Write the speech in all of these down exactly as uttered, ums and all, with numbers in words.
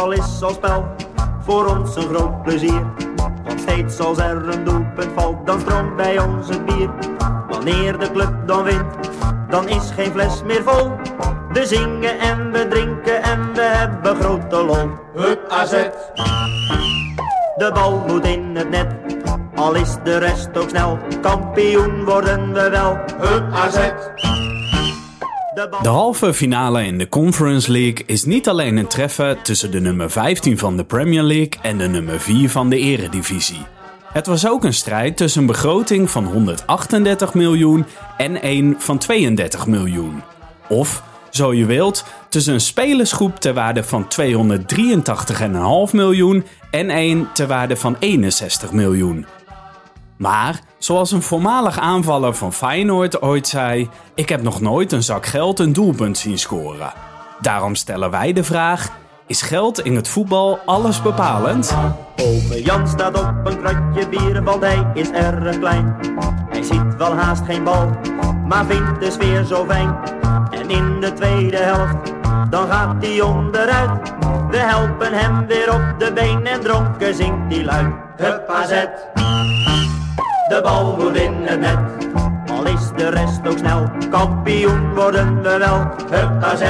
voetbal is als spel voor ons een groot plezier. Want steeds als er een doelpunt valt, dan stroomt bij ons het bier. Wanneer de club dan wint, dan is geen fles meer vol. We zingen en we drinken en we hebben grote lol. Hup A Z. De bal moet in het net, al is de rest ook snel. Kampioen worden we wel. Hup A Z. De halve finale in de Conference League is niet alleen een treffen tussen de nummer vijftien van de Premier League en de nummer vier van de Eredivisie. Het was ook een strijd tussen een begroting van honderdachtendertig miljoen en één van tweeëndertig miljoen. Of, zo je wilt, tussen een spelersgroep ter waarde van tweehonderddrieëntachtig komma vijf miljoen en één ter waarde van eenenzestig miljoen. Maar, zoals een voormalig aanvaller van Feyenoord ooit zei, ik heb nog nooit een zak geld een doelpunt zien scoren. Daarom stellen wij de vraag, is geld in het voetbal alles bepalend? Ome Jan staat op een kratje bier, want hij is erg klein. Hij ziet wel haast geen bal, maar vindt de sfeer zo fijn. En in de tweede helft, dan gaat hij onderuit. We helpen hem weer op de been en dronken zingt hij luid. Hup A Z. De bal moet in het net, al is de rest ook snel. Kampioen worden we wel. Hup A Z.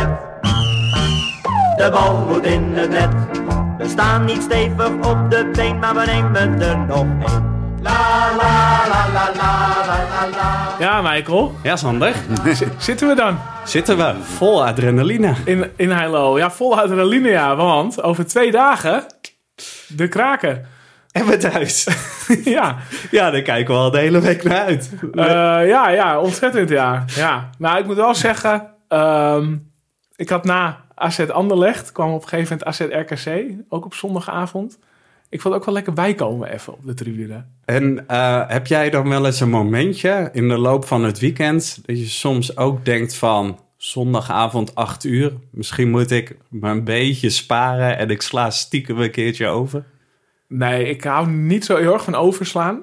De bal moet in het net. We staan niet stevig op de been, maar we nemen er nog één. La la la la la la la. Ja, Michael. Ja, Sander. Z- zitten we dan? Zitten we vol adrenaline. In, in Heilo. Ja, vol adrenaline, ja. Want over twee dagen, de Kraken. En we thuis. Ja. Ja, daar kijken we al de hele week naar uit. Uh, ja, ja, ontzettend, ja. ja. Nou, ik moet wel zeggen, um, ik had na A Z Anderlecht, kwam op een gegeven moment A Z R K C, ook op zondagavond. Ik vond het ook wel lekker bijkomen even op de tribune. En uh, heb jij dan wel eens een momentje in de loop van het weekend dat je soms ook denkt van zondagavond acht uur, misschien moet ik me een beetje sparen en ik sla stiekem een keertje over? Nee, ik hou niet zo heel erg van overslaan.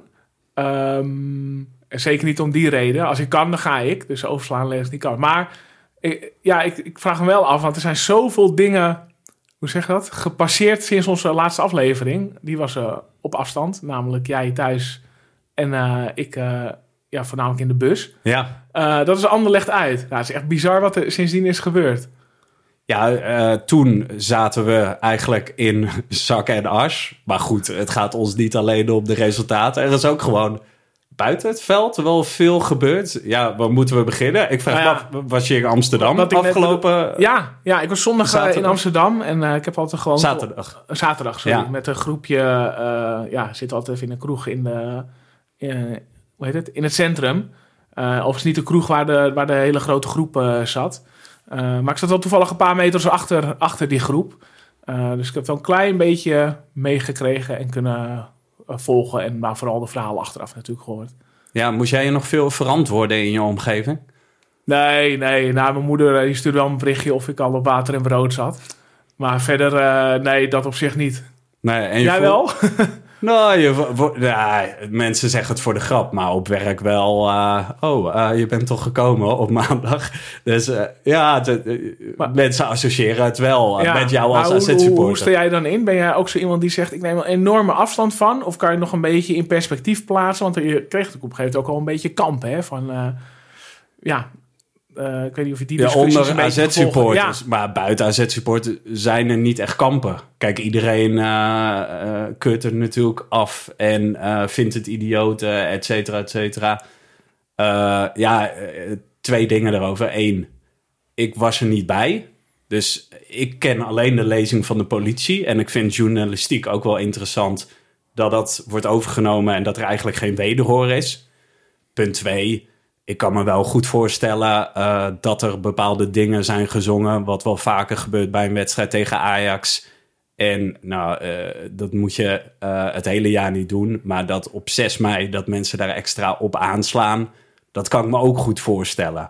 Um, zeker niet om die reden. Als ik kan, dan ga ik. Dus overslaan lees niet kan. Maar ik, ja, ik, ik vraag me wel af, want er zijn zoveel dingen, hoe zeg je dat, gepasseerd sinds onze laatste aflevering. Die was uh, op afstand, namelijk jij thuis en uh, ik uh, ja, voornamelijk in de bus. Ja. Uh, dat is Anderlecht uit. Nou, het is echt bizar wat er sindsdien is gebeurd. Ja, uh, toen zaten we eigenlijk in zak en as. Maar goed, het gaat ons niet alleen om de resultaten. Er is ook gewoon buiten het veld wel veel gebeurd. Ja, waar moeten we beginnen? Ik vraag me nou af, ja, was je in Amsterdam wat ik afgelopen? Net, ja, ja, ik was zondag zaterdag. in Amsterdam. En uh, ik heb altijd gewoon... Zaterdag. Zaterdag, sorry. Ja. Met een groepje... Uh, ja, zit altijd even in een kroeg in de... In, hoe heet het? In het centrum. Uh, overigens niet de kroeg waar de, waar de hele grote groep uh, zat. Uh, maar ik zat wel toevallig een paar meters achter, achter die groep. Uh, dus ik heb wel een klein beetje meegekregen en kunnen uh, volgen. En maar vooral de verhalen achteraf natuurlijk gehoord. Ja, moest jij je nog veel verantwoorden in je omgeving? Nee, nee. Nou, mijn moeder die stuurde wel een berichtje of ik al op water en brood zat. Maar verder, uh, nee, dat op zich niet. Nee, en je jij voel... wel? Nou, je vo- ja, mensen zeggen het voor de grap, maar op werk wel. Uh, oh, uh, je bent toch gekomen op maandag. Dus uh, ja, de, de, maar, mensen associëren het wel uh, ja, met jou als A Z-supporter. Hoe, hoe sta jij dan in? Ben jij ook zo iemand die zegt, ik neem een enorme afstand van? Of kan je het nog een beetje in perspectief plaatsen? Want je kreeg natuurlijk op een gegeven moment ook al een beetje kamp, hè? Van, uh, ja... Uh, ik weet niet of je die ja, onder A Z-supporters. Ja. Maar buiten A Z-supporters zijn er niet echt kampen. Kijk, iedereen uh, uh, keurt er natuurlijk af en uh, vindt het idioten, et cetera, et cetera. Uh, ja, uh, twee dingen daarover. Eén, ik was er niet bij. Dus ik ken alleen de lezing van de politie. En ik vind journalistiek ook wel interessant dat dat wordt overgenomen en dat er eigenlijk geen wederhoor is. Punt twee... Ik kan me wel goed voorstellen uh, dat er bepaalde dingen zijn gezongen, wat wel vaker gebeurt bij een wedstrijd tegen Ajax. En nou, uh, dat moet je uh, het hele jaar niet doen. Maar dat op zes mei dat mensen daar extra op aanslaan, dat kan ik me ook goed voorstellen.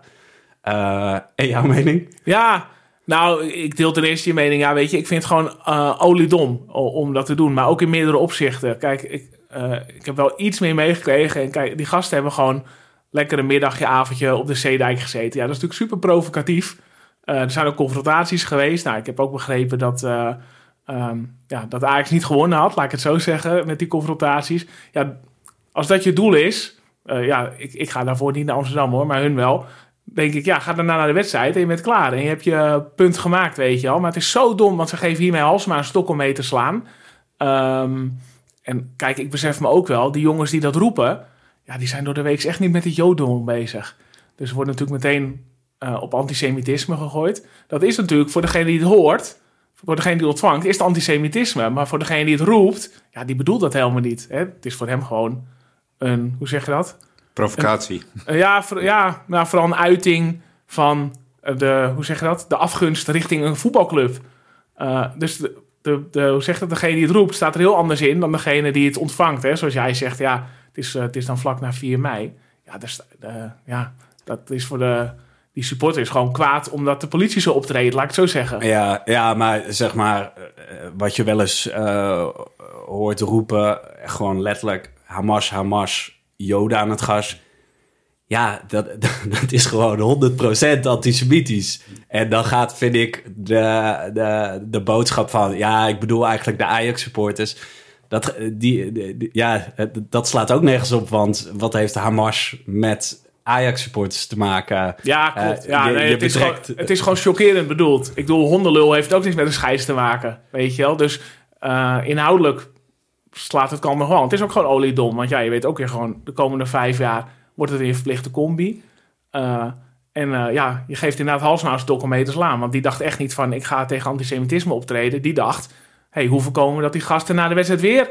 Uh, en jouw mening? Ja, nou, ik deel ten eerste je mening. Ja, weet je, ik vind het gewoon uh, oliedom om dat te doen. Maar ook in meerdere opzichten. Kijk, ik, uh, ik heb wel iets meer meegekregen. En kijk, die gasten hebben gewoon lekker een middagje, avondje op de Zeedijk gezeten. Ja, dat is natuurlijk super provocatief. Uh, er zijn ook confrontaties geweest. Nou, ik heb ook begrepen dat uh, Um, ja, dat Ajax niet gewonnen had, laat ik het zo zeggen, met die confrontaties. Ja, als dat je doel is, uh, ja, ik, ik ga daarvoor niet naar Amsterdam hoor, maar hun wel. Denk ik, ja, ga daarna naar de wedstrijd en je bent klaar. En je hebt je punt gemaakt, weet je al. Maar het is zo dom, want ze geven hiermee Halsema een stok om mee te slaan. Um, en kijk, ik besef me ook wel, die jongens die dat roepen, ja, die zijn door de week echt niet met het jodendom bezig. Dus er wordt natuurlijk meteen uh, op antisemitisme gegooid. Dat is natuurlijk voor degene die het hoort, voor degene die het ontvangt, is het antisemitisme. Maar voor degene die het roept, ja, die bedoelt dat helemaal niet. Hè? Het is voor hem gewoon een, hoe zeg je dat? Provocatie. Een, ja, voor, ja nou, vooral een uiting van de, hoe zeg je dat? De afgunst richting een voetbalclub. Uh, dus de, de, de, hoe zeg je dat? Degene die het roept staat er heel anders in dan degene die het ontvangt. Hè? Zoals jij zegt, ja, het is, uh, het is dan vlak na vier mei. Ja, dat is, uh, ja, dat is voor de... Die supporter is gewoon kwaad omdat de politie zo optreedt, laat ik het zo zeggen. Ja, ja, maar zeg maar, wat je wel eens uh, hoort roepen, gewoon letterlijk Hamas, Hamas, Joden aan het gas. Ja, dat, dat is gewoon honderd procent antisemitisch. En dan gaat, vind ik, de, de, de boodschap van, ja, ik bedoel eigenlijk de Ajax-supporters. Dat, die, die, ja, dat slaat ook nergens op, want wat heeft Hamas met Ajax-supporters te maken? Ja, klopt. Uh, ja, je, nee, je het, is betrekt... gewoon, het is gewoon chockerend bedoeld. Ik bedoel, hondenlul heeft ook niks met een scheids te maken. Weet je wel? Dus uh, inhoudelijk slaat het kan nog wel. Het is ook gewoon oliedom. Want ja, je weet ook weer gewoon, de komende vijf jaar wordt het weer een verplichte combi. Uh, en uh, ja, je geeft inderdaad Halsema een stok om mee te slaan. Want die dacht echt niet van, ik ga tegen antisemitisme optreden. Die dacht, hey, hoe voorkomen we dat die gasten na de wedstrijd weer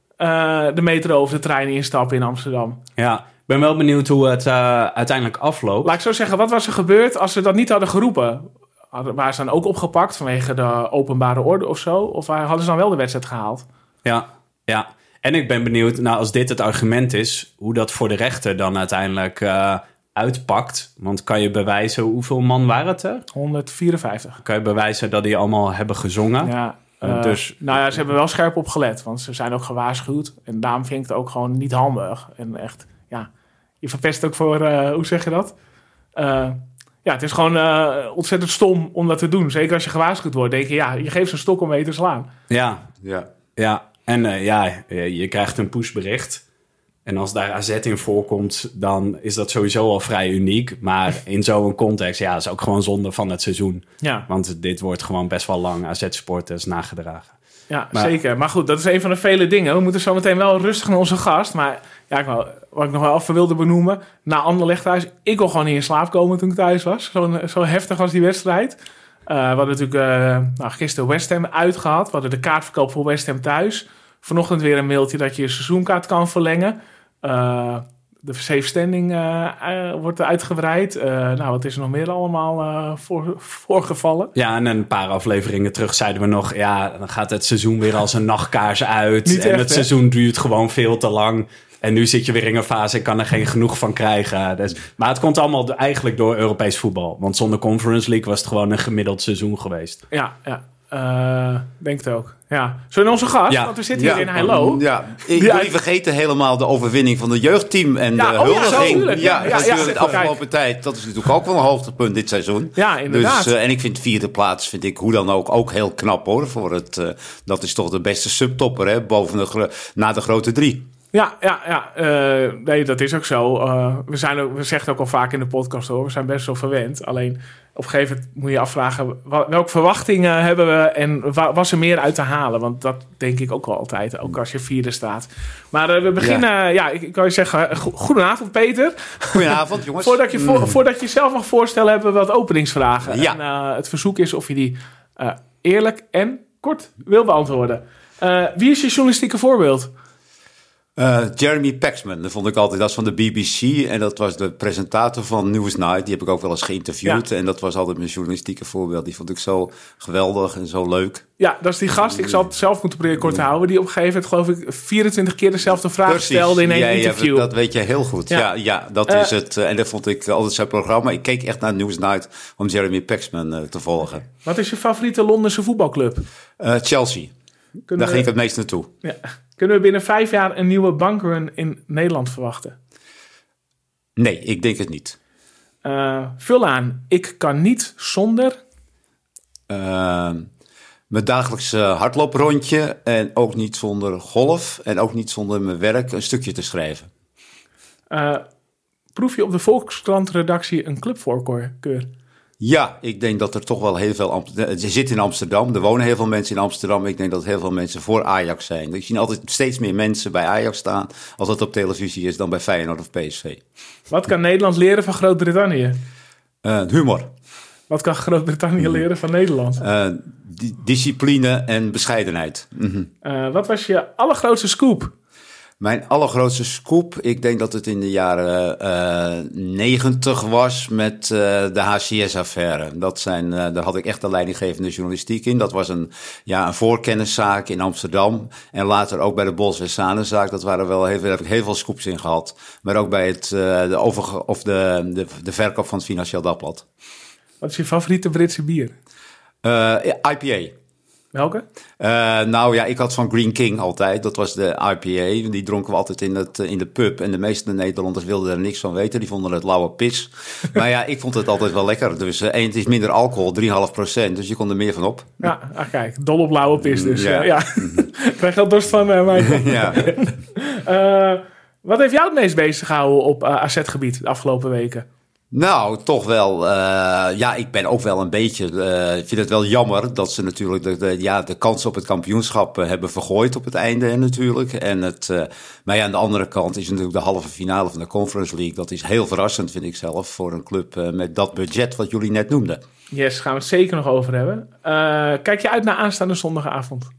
uh, de metro of de trein instappen in Amsterdam? Ja, ik ben wel benieuwd hoe het uh, uiteindelijk afloopt. Laat ik zo zeggen, wat was er gebeurd als ze dat niet hadden geroepen? Waren ze dan ook opgepakt vanwege de openbare orde of zo? Of hadden ze dan wel de wedstrijd gehaald? Ja, ja. En ik ben benieuwd, nou, als dit het argument is, hoe dat voor de rechter dan uiteindelijk uh, uitpakt. Want kan je bewijzen, hoeveel man waren het er? honderdvierenvijftig. Kan je bewijzen dat die allemaal hebben gezongen? Ja. Uh, dus, nou ja, ze hebben wel scherp op gelet, want ze zijn ook gewaarschuwd. En daarom vind ik het ook gewoon niet handig. En echt, ja, je verpest ook voor, uh, hoe zeg je dat? Uh, ja, het is gewoon uh, ontzettend stom om dat te doen. Zeker als je gewaarschuwd wordt, denk je, ja, je geeft ze een stok om mee te slaan. Ja, ja. ja. En uh, ja, je krijgt een pushbericht. En als daar A Z in voorkomt, dan is dat sowieso al vrij uniek. Maar in zo'n context, ja, is ook gewoon zonde van het seizoen. Ja. Want dit wordt gewoon best wel lang A Z-supporters nagedragen. Ja, maar, zeker. Maar goed, dat is een van de vele dingen. We moeten zo meteen wel rustig naar onze gast. Maar ja, ik wou, wat ik nog wel even wilde benoemen. Na Anderlecht thuis, ik wil gewoon niet in slaap komen toen ik thuis was. Zo, zo heftig was die wedstrijd. Uh, we hadden natuurlijk uh, nou, gisteren West Ham uitgehad. We hadden de kaartverkoop voor West Ham thuis. Vanochtend weer een mailtje dat je je seizoenkaart kan verlengen. Uh, de safe standing uh, uh, wordt uitgebreid. Uh, nou, wat is er nog meer allemaal uh, voor, voorgevallen? Ja, en een paar afleveringen terug zeiden we nog, ja, dan gaat het seizoen weer als een nachtkaars uit. Niet en echt, het hè? seizoen duurt gewoon veel te lang. En nu zit je weer in een fase en kan er geen genoeg van krijgen. Dus, maar het komt allemaal eigenlijk door Europees voetbal. Want zonder Conference League was het gewoon een gemiddeld seizoen geweest. Ja, ja. Uh, denk het ook. Ja. Zullen we onze gast? Ja. Want we zitten Ja, hier in Heilo. Ja, ik wil niet vergeten helemaal de overwinning van het jeugdteam en Ja, de oh ja, zo, huldiging. tuurlijk. Ja, Ja, ja, natuurlijk ja, de afgelopen tijd. Dat is natuurlijk ook wel een hoogtepunt dit seizoen. Ja, inderdaad. Dus, uh, en ik vind vierde plaats, vind ik hoe dan ook, ook heel knap hoor. Voor het, uh, dat is toch de beste subtopper, hè, boven de gro- na de grote drie. Ja, ja, ja. Uh, nee, dat is ook zo. Uh, we, zijn ook, we zeggen het ook al vaak in de podcast hoor. We zijn best wel verwend. Alleen op een gegeven moment moet je afvragen, welke verwachtingen hebben we en was er meer uit te halen? Want dat denk ik ook wel altijd, ook als je vierde staat. Maar uh, we beginnen, ja, ja ik, ik kan je zeggen, go- goedenavond Peter. Goedenavond jongens. voordat, je voor, voordat je jezelf mag voorstellen, hebben we wat openingsvragen. Ja. En uh, het verzoek is of je die uh, eerlijk en kort wil beantwoorden. Uh, wie is je journalistieke voorbeeld? Uh, Jeremy Paxman, dat vond ik altijd, dat is van de B B C. En dat was de presentator van Newsnight. Die heb ik ook wel eens geïnterviewd. Ja. En dat was altijd mijn journalistieke voorbeeld. Die vond ik zo geweldig en zo leuk. Ja, dat is die gast. Ik zal het zelf moeten proberen kort te houden. Die op een gegeven moment, geloof ik, vierentwintig keer dezelfde vraag Precies. stelde in één ja, interview. Ja, dat weet je heel goed. Ja. Ja, ja, dat Uh, is het. En dat vond ik altijd zijn programma. Ik keek echt naar Newsnight om Jeremy Paxman uh, te volgen. Wat is je favoriete Londense voetbalclub? Uh, Chelsea. Kunnen Daar we, ging ik het meest naartoe. ja, kunnen we binnen vijf jaar een nieuwe bankrun in Nederland verwachten? Nee, ik denk het niet. Uh, vul aan. Ik kan niet zonder... Uh, Mijn dagelijkse hardlooprondje en ook niet zonder golf en ook niet zonder mijn werk een stukje te schrijven. Uh, proef je op de Volkskrant-redactie een clubvoorkeur? Ja, ik denk dat er toch wel heel veel... Ze zitten in Amsterdam, er wonen heel veel mensen in Amsterdam. Ik denk dat heel veel mensen voor Ajax zijn. Ik zie altijd steeds meer mensen bij Ajax staan als dat op televisie is dan bij Feyenoord of P S V. Wat kan Nederland leren van Groot-Brittannië? Uh, humor. Wat kan Groot-Brittannië leren van Nederland? Uh, di- discipline en bescheidenheid. Mm-hmm. Uh, wat was je allergrootste scoop? Mijn allergrootste scoop, ik denk dat het in de jaren negentig uh, was met uh, de H C S-affaire. Dat zijn, uh, daar had ik echt de leidinggevende journalistiek in. Dat was een, ja, een voorkenniszaak in Amsterdam. En later ook bij de Bos-Westzaanenzaak. Dat waren wel heel veel, daar heb ik heel veel scoops in gehad. Maar ook bij het, uh, de, overge- of de, de, de verkoop van het Financieel Dagblad. Wat is je favoriete Britse bier? Uh, I P A. Welke? Uh, nou ja, ik had van Green King altijd. Dat was de I P A. Die dronken we altijd in, het, in de pub. En de meeste Nederlanders wilden er niks van weten. Die vonden het lauwe pis. Maar ja, ik vond het altijd wel lekker. Dus uh, en het is minder alcohol, drie komma vijf procent. Dus je kon er meer van op. Ja, ah, kijk. Dol op lauwe pis dus. Ja. Uh, ja. Krijg je al dorst van uh, mij. Ja. uh, wat heeft jou het meest bezig gehouden op uh, A Z-gebied de afgelopen weken? Nou, toch wel. Uh, ja, ik ben ook wel een beetje... Uh, ik vind het wel jammer dat ze natuurlijk de, de, ja, de kans op het kampioenschap uh, hebben vergooid op het einde hè, natuurlijk. En het, uh, maar ja, aan de andere kant is natuurlijk de halve finale van de Conference League. Dat is heel verrassend, vind ik zelf, voor een club uh, met dat budget wat jullie net noemden. Yes, gaan we het zeker nog over hebben. Uh, kijk je uit naar aanstaande zondagavond?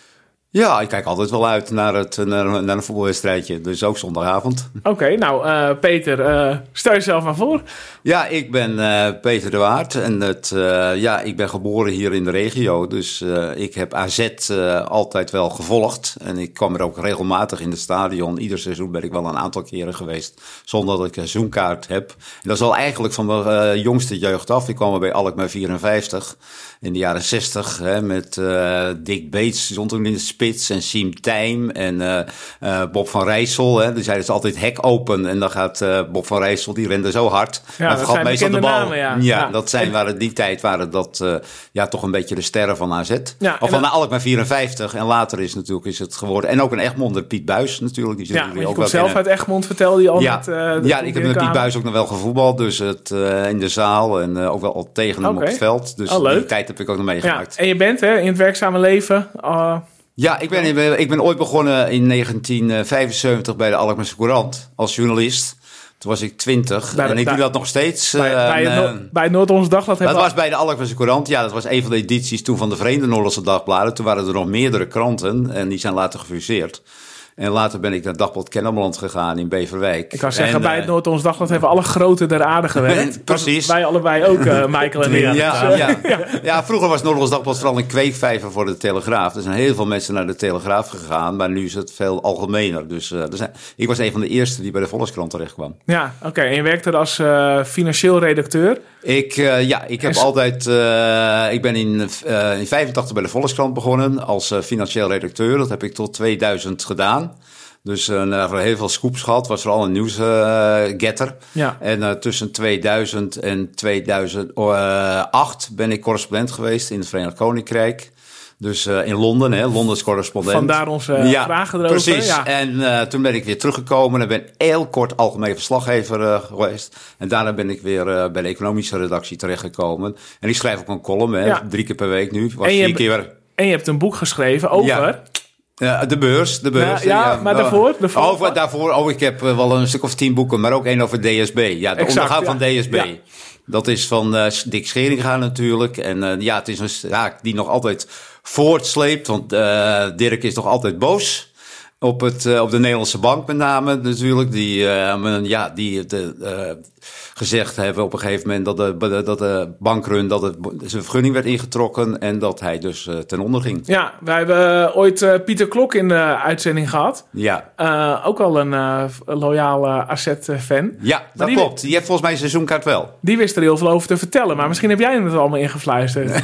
Ja, ik kijk altijd wel uit naar, het, naar, naar een voetbalwedstrijdje. Dus ook zondagavond. Oké, okay, nou uh, Peter, uh, stel jezelf maar voor. Ja, ik ben uh, Peter de Waard. En het, uh, ja, ik ben geboren hier in de regio. Dus uh, ik heb A Z uh, altijd wel gevolgd. En ik kwam er ook regelmatig in het stadion. Ieder seizoen ben ik wel een aantal keren geweest. Zonder dat ik een seizoenkaart heb. En dat is al eigenlijk van mijn uh, jongste jeugd af. Ik kwam er bij Alkmaar vierenvijftig. In de jaren zestig. Hè, met uh, Dick Beets stond toen in de spits. En Siem Tijm. En uh, uh, Bob van Rijssel. Hè. Die zeiden ze altijd hek open. En dan gaat uh, Bob van Rijssel, die rende zo hard. Ja, maar vergat meestal de bal. Namen, ja. Ja, ja, dat zijn, waren, die tijd waren dat uh, ja, toch een beetje de sterren van A Z. Ja, of van dat... Alkmaar vierenvijftig. En later is, natuurlijk, is het geworden. En ook een Egmonder, Piet Buijs natuurlijk. Die ja, je ook komt zelf uit Egmond, vertelde je al. Ja, met, uh, ja ik heb met Piet Buijs ook nog wel gevoetbald. Dus het, uh, in de zaal en uh, ook wel al tegen hem okay. op het veld. Dus oh, die tijd heb ik ook nog meegemaakt. Ja, en je bent hè, in het werkzame leven... Uh... Ja, ik ben, ik ben ooit begonnen in negentien vijfenzeventig bij de Alkmaarse Courant als journalist. Toen was ik twintig bij, en ik bij, doe dat nog steeds. Bij, uh, bij, het, no- bij het Noord-Hollands Dagblad? Dat was bij de Alkmaarse Courant. Ja, dat was een van de edities toen van de Verenigde Noord-Hollandse Dagbladen. Toen waren er nog meerdere kranten en die zijn later gefuseerd. En later ben ik naar Dagblad Kennemerland gegaan in Beverwijk. Ik kan zeggen, en, bij het Noord-Hollands Dagblad hebben alle grote der aarde gewerkt. Precies. Wij allebei ook, uh, Michael en Leon. Ja, ja, ja. ja, vroeger was het Noord-Hollands Dagblad vooral een kweekvijver voor de Telegraaf. Er zijn heel veel mensen naar de Telegraaf gegaan, maar nu is het veel algemener. Dus uh, er zijn, ik was een van de eerste die bij de Volkskrant terecht kwam. Ja, oké. Okay. En je werkte er als uh, financieel redacteur? Ik, uh, ja, ik heb en... altijd... Uh, ik ben in, uh, in vijfentachtig bij de Volkskrant begonnen als uh, financieel redacteur. Dat heb ik tot tweeduizend gedaan. Dus uh, we hebben heel veel scoops gehad. Was vooral een nieuwsgetter. Uh, ja. En uh, tussen tweeduizend en tweeduizend acht ben ik correspondent geweest in het Verenigd Koninkrijk. Dus uh, in Londen, hè, Londens correspondent. Vandaar onze uh, ja, vragen erover. Precies. Ja. En uh, toen ben ik weer teruggekomen en ben heel kort algemeen verslaggever uh, geweest. En daarna ben ik weer uh, bij de economische redactie terechtgekomen. En ik schrijf ook een column, hè, ja. drie keer per week nu. Was en, je vier keer... en je hebt een boek geschreven over... Ja. Ja, de beurs, de beurs. Ja, ja, ja maar daarvoor? daarvoor oh, daarvoor, oh, ik heb wel een stuk of tien boeken, maar ook één over D S B. Ja, de exact, ondergang ja. van D S B. Ja. Dat is van uh, Dick Scheringa natuurlijk. En uh, ja, het is een zaak die nog altijd voortsleept, want uh, Dirk is nog altijd boos. Op, het, uh, op de Nederlandse bank met name natuurlijk. Die, uh, ja, die de, uh, gezegd hebben op een gegeven moment dat de, dat de bankrun, dat het, zijn vergunning werd ingetrokken en dat hij dus uh, ten onder ging. Ja, wij hebben uh, ooit uh, Pieter Klok in de uitzending gehad. Ja. Uh, ook al een uh, loyale A Z-fan. Ja, dat die, klopt. Die heeft volgens mij een seizoenkaart wel. Die wist er heel veel over te vertellen, maar misschien heb jij het allemaal ingefluisterd.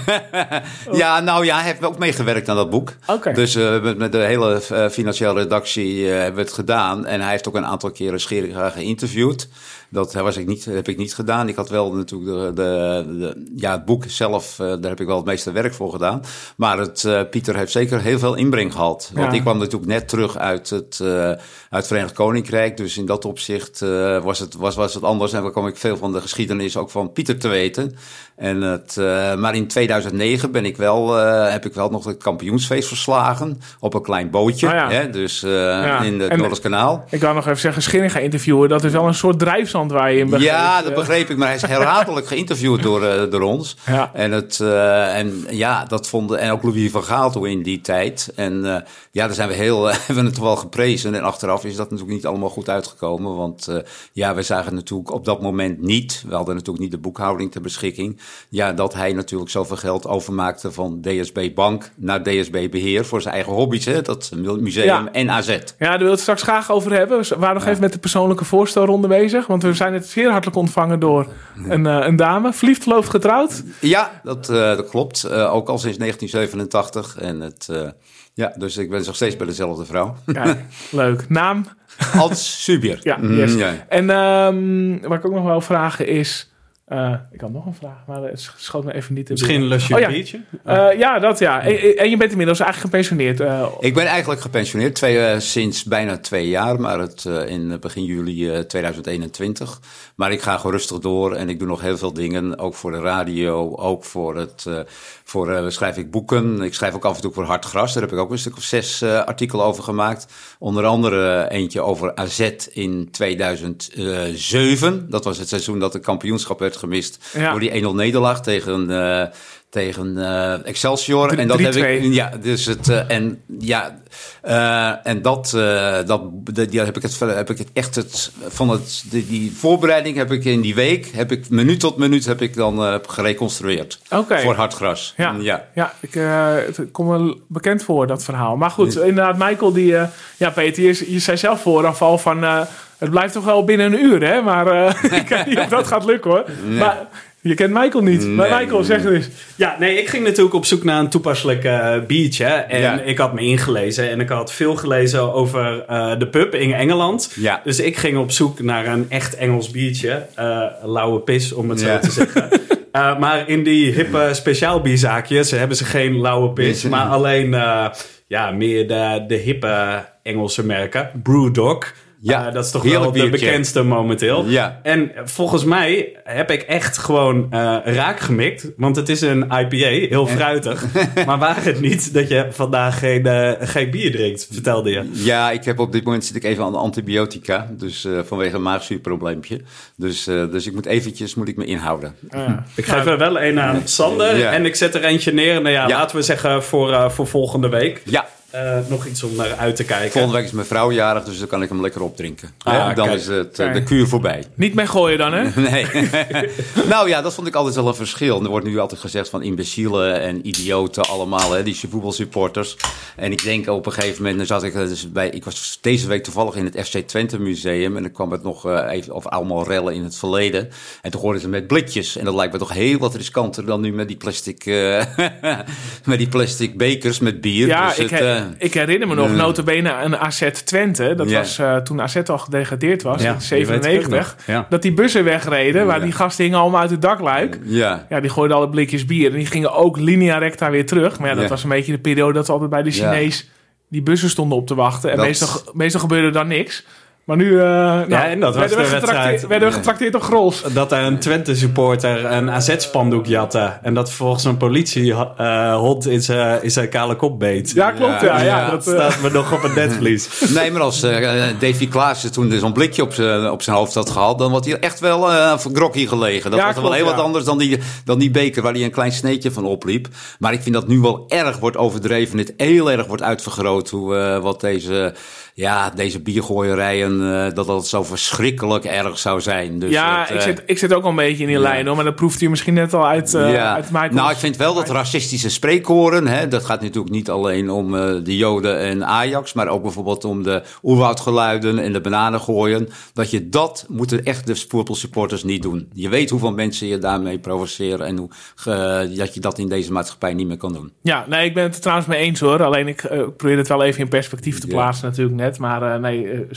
ja, nou ja, hij heeft ook meegewerkt aan dat boek. Okay. Dus uh, met, met de hele uh, financiële redactie uh, hebben we het gedaan. En hij heeft ook een aantal keren Scheringa geïnterviewd. Dat was ik niet, heb ik niet gedaan. Ik had wel natuurlijk de, de, de, ja, het boek zelf, uh, daar heb ik wel het meeste werk voor gedaan. Maar het, uh, Pieter heeft zeker heel veel inbreng gehad. Want ja. ik kwam natuurlijk net terug uit het, uh, uit het Verenigd Koninkrijk. Dus in dat opzicht uh, was, het, was, was het anders. En dan kwam ik veel van de geschiedenis ook van Pieter te weten. En het, uh, maar in tweeduizend negen ben ik wel, uh, heb ik wel nog het kampioensfeest verslagen. Op een klein bootje. Oh ja. Hè, dus uh, ja. in het Noorderskanaal. Ik wou nog even zeggen, Schilling gaan interviewen. Dat is wel een soort drijfzand waar je in begreep. Ja, dat begreep ik. Maar hij is herhaaldelijk geïnterviewd door, uh, door ons. Ja. En, het, uh, en ja, dat vonden... En ook Louis van Gaal toen in die tijd. En uh, ja, daar zijn we heel... Uh, hebben we het wel geprezen. En achteraf is dat natuurlijk niet allemaal goed uitgekomen. Want uh, ja, we zagen natuurlijk op dat moment niet... We hadden natuurlijk niet de boekhouding ter beschikking. Ja, dat hij natuurlijk zoveel geld overmaakte van D S B Bank naar D S B Beheer voor zijn eigen hobby's. Hè? Dat museum ja. en A Z. Ja, daar wil ik het straks graag over hebben. We waren nog ja. even met de persoonlijke voorstelronde bezig. Want we zijn het zeer hartelijk ontvangen door een, uh, een dame. Verliefd, verloofd, getrouwd. Ja, dat, uh, dat klopt. Uh, ook al sinds negentien zevenentachtig. En het, uh, ja, dus ik ben nog steeds bij dezelfde vrouw. Kijk, leuk. Naam? Als Subier. Ja, yes. mm, ja. En um, wat ik ook nog wel vragen is... Uh, ik had nog een vraag, maar het schoot me even niet in. Misschien een lusje oh, ja. een biertje? Uh, ja, dat ja. En, en je bent inmiddels eigenlijk gepensioneerd. Uh, ik ben eigenlijk gepensioneerd twee, uh, sinds bijna twee jaar, maar het, uh, in begin juli uh, tweeduizend eenentwintig. Maar ik ga gewoon rustig door en ik doe nog heel veel dingen, ook voor de radio, ook voor het... Uh, Voor uh, schrijf ik boeken. Ik schrijf ook af en toe voor Hartgras. Daar heb ik ook een stuk of zes uh, artikelen over gemaakt. Onder andere uh, eentje over A Z in tweeduizend zeven. Dat was het seizoen dat de kampioenschap werd gemist. Ja. Door die één nul nederlaag tegen... Uh, Tegen uh, Excelsior. drie, en dat drie, heb ik. Ja, dus het. Uh, en ja. Uh, en dat. Uh, dat die, heb ik het. Heb ik het echt. Het, van het, die, die voorbereiding heb ik in die week. Heb ik minuut tot minuut. Heb ik dan uh, gereconstrueerd. Okay. Voor Hartgras. Ja. Ja. ja ik, uh, het komt me bekend voor dat verhaal. Maar goed, ja. inderdaad, Michael. Die. Uh, ja, Peter. Je, je zei zelf vooraf al van. Uh, het blijft toch wel binnen een uur, hè? Maar uh, ik weet niet of dat gaat lukken, hoor. Nee. Maar. Je kent Michael niet. Nee. Maar Michael, zeg het eens. Ja, nee, ik ging natuurlijk op zoek naar een toepasselijk uh, biertje. En ja. ik had me ingelezen. En ik had veel gelezen over uh, de pub in Engeland. Ja. Dus ik ging op zoek naar een echt Engels biertje. Uh, lauwe pis, om het zo ja. te zeggen. Uh, maar in die hippe speciaalbierzaakjes hebben ze geen lauwe pis. Maar alleen uh, ja, meer de, de hippe Engelse merken. Brewdog. Ja, uh, dat is toch wel de bekendste momenteel. Ja. En volgens mij heb ik echt gewoon uh, raak gemikt. Want het is een I P A, heel fruitig. Maar waar het niet dat je vandaag geen, uh, geen bier drinkt, vertelde je. Ja, ik heb op dit moment zit ik even aan de antibiotica. Dus uh, vanwege een maagzuurprobleempje. Dus, uh, dus ik moet eventjes moet ik me inhouden. Ja. Ik geef er wel een aan Sander. Ja. En ik zet er eentje neer. Nou ja, ja. laten we zeggen voor, uh, voor volgende week. Ja. Uh, nog iets om naar uit te kijken. Volgende week is mijn vrouw jarig, dus dan kan ik hem lekker opdrinken. Ah, ja, dan kijk, is het, uh, de kuur voorbij. Niet mee gooien dan, hè? Nee. Nou ja, dat vond ik altijd wel een verschil. Er wordt nu altijd gezegd van imbecielen en idioten allemaal, hè, die voetbalsupporters. En ik denk op een gegeven moment, dan zat ik dus bij, ik was deze week toevallig in het F C Twente Museum en dan kwam het nog uh, even over allemaal rellen in het verleden. En toen hoorden ze met blikjes. En dat lijkt me toch heel wat riskanter dan nu met die plastic, uh, met die plastic bekers met bier. Ja, dus ik het, uh, Ik herinner me nog, uh, notabene een A Z Twente. Dat yeah. was uh, toen A Z al gedegradeerd was, ja, in zevenennegentig. Ja. Dat die bussen wegreden, waar ja. die gasten hingen allemaal uit het dakluik. Ja. Ja, die gooiden alle blikjes bier. En die gingen ook linea recta weer terug. Maar ja, dat ja. was een beetje de periode dat we altijd bij de Chinees ja. die bussen stonden op te wachten. En dat... meestal, meestal gebeurde dan niks. Maar nu uh, nou, ja, en dat werden, was we de wedstrijd, werden we getrakteerd op Grols. Dat er een Twente-supporter een A Z-spandoek jatte. En dat vervolgens een politiehond uh, in zijn in zijn kale kop beet. Ja, klopt. Ja, ja, ja, dat uh... staat me nog op het netvlies. Nee, maar als uh, Davy Klaassen toen zo'n blikje op zijn op zijn hoofd had gehad, dan had hij echt wel uh, groggy gelegen. Dat ja, was klopt, wel heel ja. wat anders dan die, dan die beker waar hij een klein sneetje van opliep. Maar ik vind dat nu wel erg wordt overdreven. Het heel erg wordt uitvergroot hoe uh, wat deze... Ja, deze biergooierijen, uh, dat dat zo verschrikkelijk erg zou zijn. Dus ja, dat, uh, ik, zit, ik zit ook al een beetje in die ja. lijn, hoor. Maar dat proeft u misschien net al uit, uh, ja. uit Michael's... Nou, ik vind wel dat racistische spreekkoren, hè, dat gaat natuurlijk niet alleen om uh, de Joden en Ajax, maar ook bijvoorbeeld om de oerwoudgeluiden en de bananengooien. Dat je dat moeten echt de voetbalsupporters niet doen. Je weet hoeveel mensen je daarmee provoceren en hoe uh, dat je dat in deze maatschappij niet meer kan doen. Ja, nee, ik ben het er trouwens mee eens, hoor. Alleen ik uh, probeer het wel even in perspectief te plaatsen, ja. natuurlijk net. Maar uh, nee, uh, sowieso.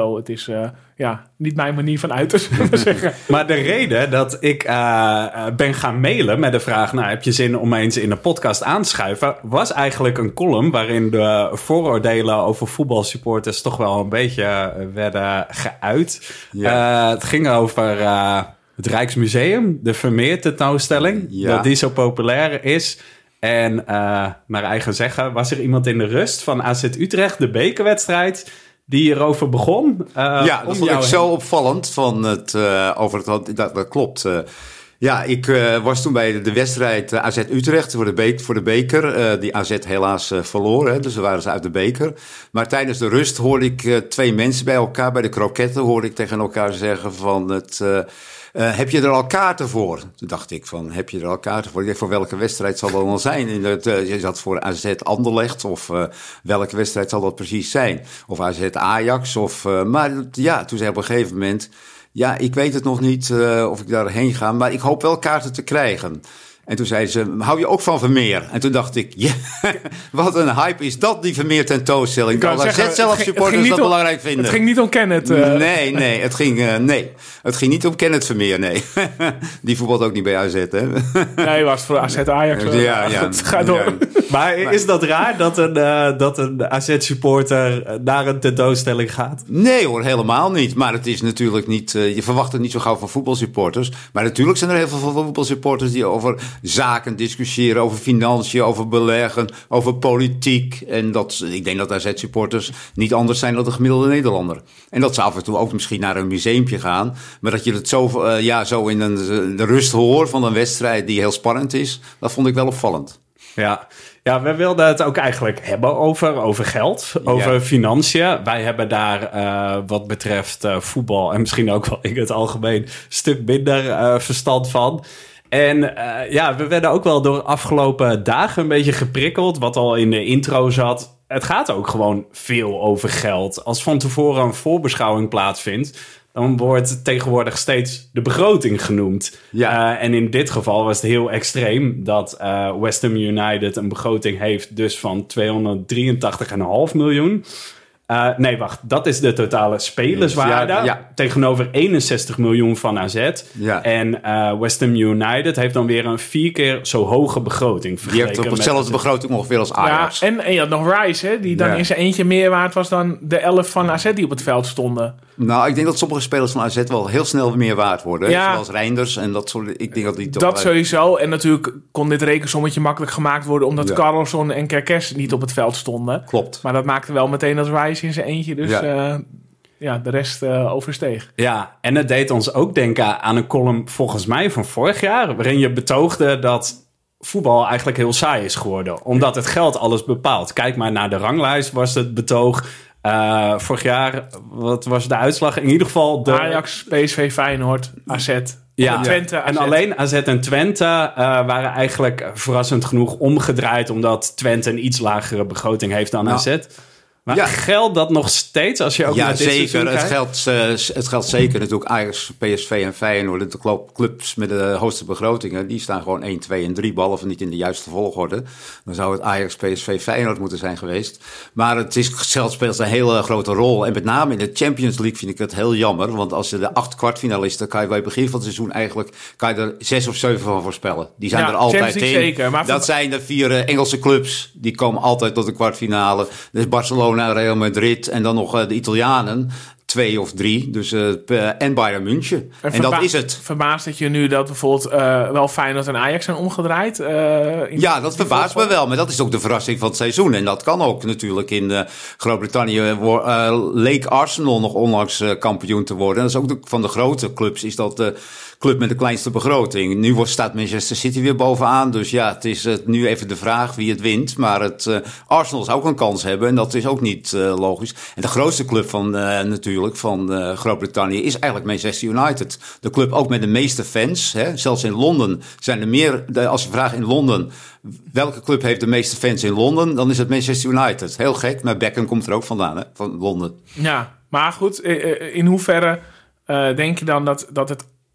zo. Het is uh, ja, niet mijn manier van uiten, zullen we zeggen. Maar de reden dat ik uh, ben gaan mailen met de vraag... nou, heb je zin om eens in de podcast aan te schuiven... was eigenlijk een column waarin de vooroordelen over voetbalsupporters... toch wel een beetje werden geuit. Ja. Uh, het ging over uh, het Rijksmuseum, de Vermeer tentoonstelling... Ja. dat die zo populair is... En uh, naar eigen zeggen was er iemand in de rust van A Z Utrecht, de bekerwedstrijd, die hierover begon. Uh, ja, dat vond ik zo opvallend. Van het, uh, over het, dat, dat klopt. Uh, ja, ik uh, was toen bij de wedstrijd uh, A Z Utrecht voor de, be- voor de beker. Uh, die A Z helaas uh, verloor, hè, dus we waren ze uit de beker. Maar tijdens de rust hoorde ik uh, twee mensen bij elkaar, bij de kroketten, hoorde ik tegen elkaar zeggen van het... Uh, Uh, heb je er al kaarten voor? Toen dacht ik van, heb je er al kaarten voor? Ik dacht, voor welke wedstrijd zal dat dan zijn? In het, uh, je zat voor A Z Anderlecht of uh, welke wedstrijd zal dat precies zijn? Of A Z Ajax? Of, uh, maar ja, toen zei op een gegeven moment... Ja, ik weet het nog niet uh, of ik daarheen ga, maar ik hoop wel kaarten te krijgen. En toen zei ze, hou je ook van Vermeer? En toen dacht ik, ja, wat een hype is dat, die Vermeer tentoonstelling. Dat A Z zelf supporters dat belangrijk vinden. Het ging niet om Kenneth. Uh. Nee, nee, het ging, uh, nee, het ging niet om Kenneth Vermeer, nee. Die voetbalt ook niet bij A Z, hè? Nee, was voor A Z Ajax. Uh. Ja, ja. Goed, ga door. Ja. Maar is dat raar dat een, uh, dat een A Z-supporter naar een tentoonstelling gaat? Nee hoor, helemaal niet. Maar het is natuurlijk niet, uh, je verwacht het niet zo gauw van voetbalsupporters. Maar natuurlijk zijn er heel veel voetbalsupporters die over... zaken discussiëren, over financiën, over beleggen, over politiek. En dat, ik denk dat A Z-supporters niet anders zijn dan de gemiddelde Nederlander. En dat ze af en toe ook misschien naar een museumpje gaan. Maar dat je het zo, uh, ja, zo in een, de rust hoort van een wedstrijd die heel spannend is, dat vond ik wel opvallend. Ja, ja, we wilden het ook eigenlijk hebben over, over geld, over ja. financiën. Wij hebben daar uh, wat betreft uh, voetbal en misschien ook wel in het algemeen een stuk minder uh, verstand van. En uh, ja, we werden ook wel door afgelopen dagen een beetje geprikkeld, wat al in de intro zat. Het gaat ook gewoon veel over geld. Als van tevoren een voorbeschouwing plaatsvindt, dan wordt tegenwoordig steeds de begroting genoemd. Ja. Uh, en in dit geval was het heel extreem dat uh, West Ham United een begroting heeft dus van tweehonderddrieëntachtig komma vijf miljoen. Uh, nee, wacht. Dat is de totale spelerswaarde. Ja, ja. Tegenover eenenzestig miljoen van A Z. Ja. En uh, West Ham United heeft dan weer een vier keer zo hoge begroting. Die heeft op hetzelfde begroting ongeveer als Ajax. Ja, en, en je had nog Rice, hè, die dan ja. in zijn eentje meer waard was dan de elf van A Z die op het veld stonden. Nou, ik denk dat sommige spelers van A Z wel heel snel meer waard worden. Ja. Zoals Reinders en dat soort. Ik denk dat die toch dat sowieso. En natuurlijk kon dit rekensommetje makkelijk gemaakt worden omdat ja. Carlson en Kerkers niet op het veld stonden. Klopt. Maar dat maakte wel meteen dat Rice in zijn eentje dus ja, uh, ja de rest uh, oversteeg. Ja, en het deed ons ook denken aan een column volgens mij van vorig jaar, waarin je betoogde dat voetbal eigenlijk heel saai is geworden, omdat het geld alles bepaalt. Kijk maar naar de ranglijst, was het betoog. Uh, vorig jaar, wat was de uitslag? In ieder geval de Ajax, P S V, Feyenoord, A Z. Ja, Twente, en alleen A Z en Twente uh, waren eigenlijk verrassend genoeg omgedraaid, omdat Twente een iets lagere begroting heeft dan nou, A Z. Maar ja. geldt dat nog steeds als je ook ja, naar dit zeker. Het geldt, uh, het geldt zeker natuurlijk Ajax, P S V en Feyenoord. De clubs met de hoogste begrotingen, die staan gewoon één, twee en drie, behalve niet in de juiste volgorde. Dan zou het Ajax, P S V, Feyenoord moeten zijn geweest. Maar het is, geld speelt een hele grote rol. En met name in de Champions League vind ik het heel jammer. Want als je de acht kwartfinalisten, kan je bij het begin van het seizoen eigenlijk, kan je er zes of zeven van voorspellen. Die zijn ja, er altijd in. Zeker, maar dat zijn de vier uh, Engelse clubs. Die komen altijd tot de kwartfinale. Dus Barcelona, Real Madrid en dan nog uh, de Italianen. Twee of drie. Dus, uh, en Bayern München. En, en verba- dat is het. Verbaast het je nu dat bijvoorbeeld uh, wel Feyenoord en Ajax zijn omgedraaid? Uh, in ja, dat verbaast me wel. Maar dat is ook de verrassing van het seizoen. En dat kan ook natuurlijk. In uh, Groot-Brittannië uh, leek Arsenal nog onlangs uh, kampioen te worden. En dat is ook de, van de grote clubs is dat de club met de kleinste begroting. Nu wordt, staat Manchester City weer bovenaan. Dus ja, het is uh, nu even de vraag wie het wint. Maar het, uh, Arsenal zou ook een kans hebben. En dat is ook niet uh, logisch. En de grootste club van uh, natuurlijk van uh, Groot-Brittannië is eigenlijk Manchester United. De club ook met de meeste fans. Hè. Zelfs in Londen zijn er meer. De, als je vraagt in Londen welke club heeft de meeste fans in Londen, dan is het Manchester United. Heel gek, maar Beckham komt er ook vandaan, hè, van Londen. Ja, maar goed, in hoeverre uh, denk je dan dat, dat het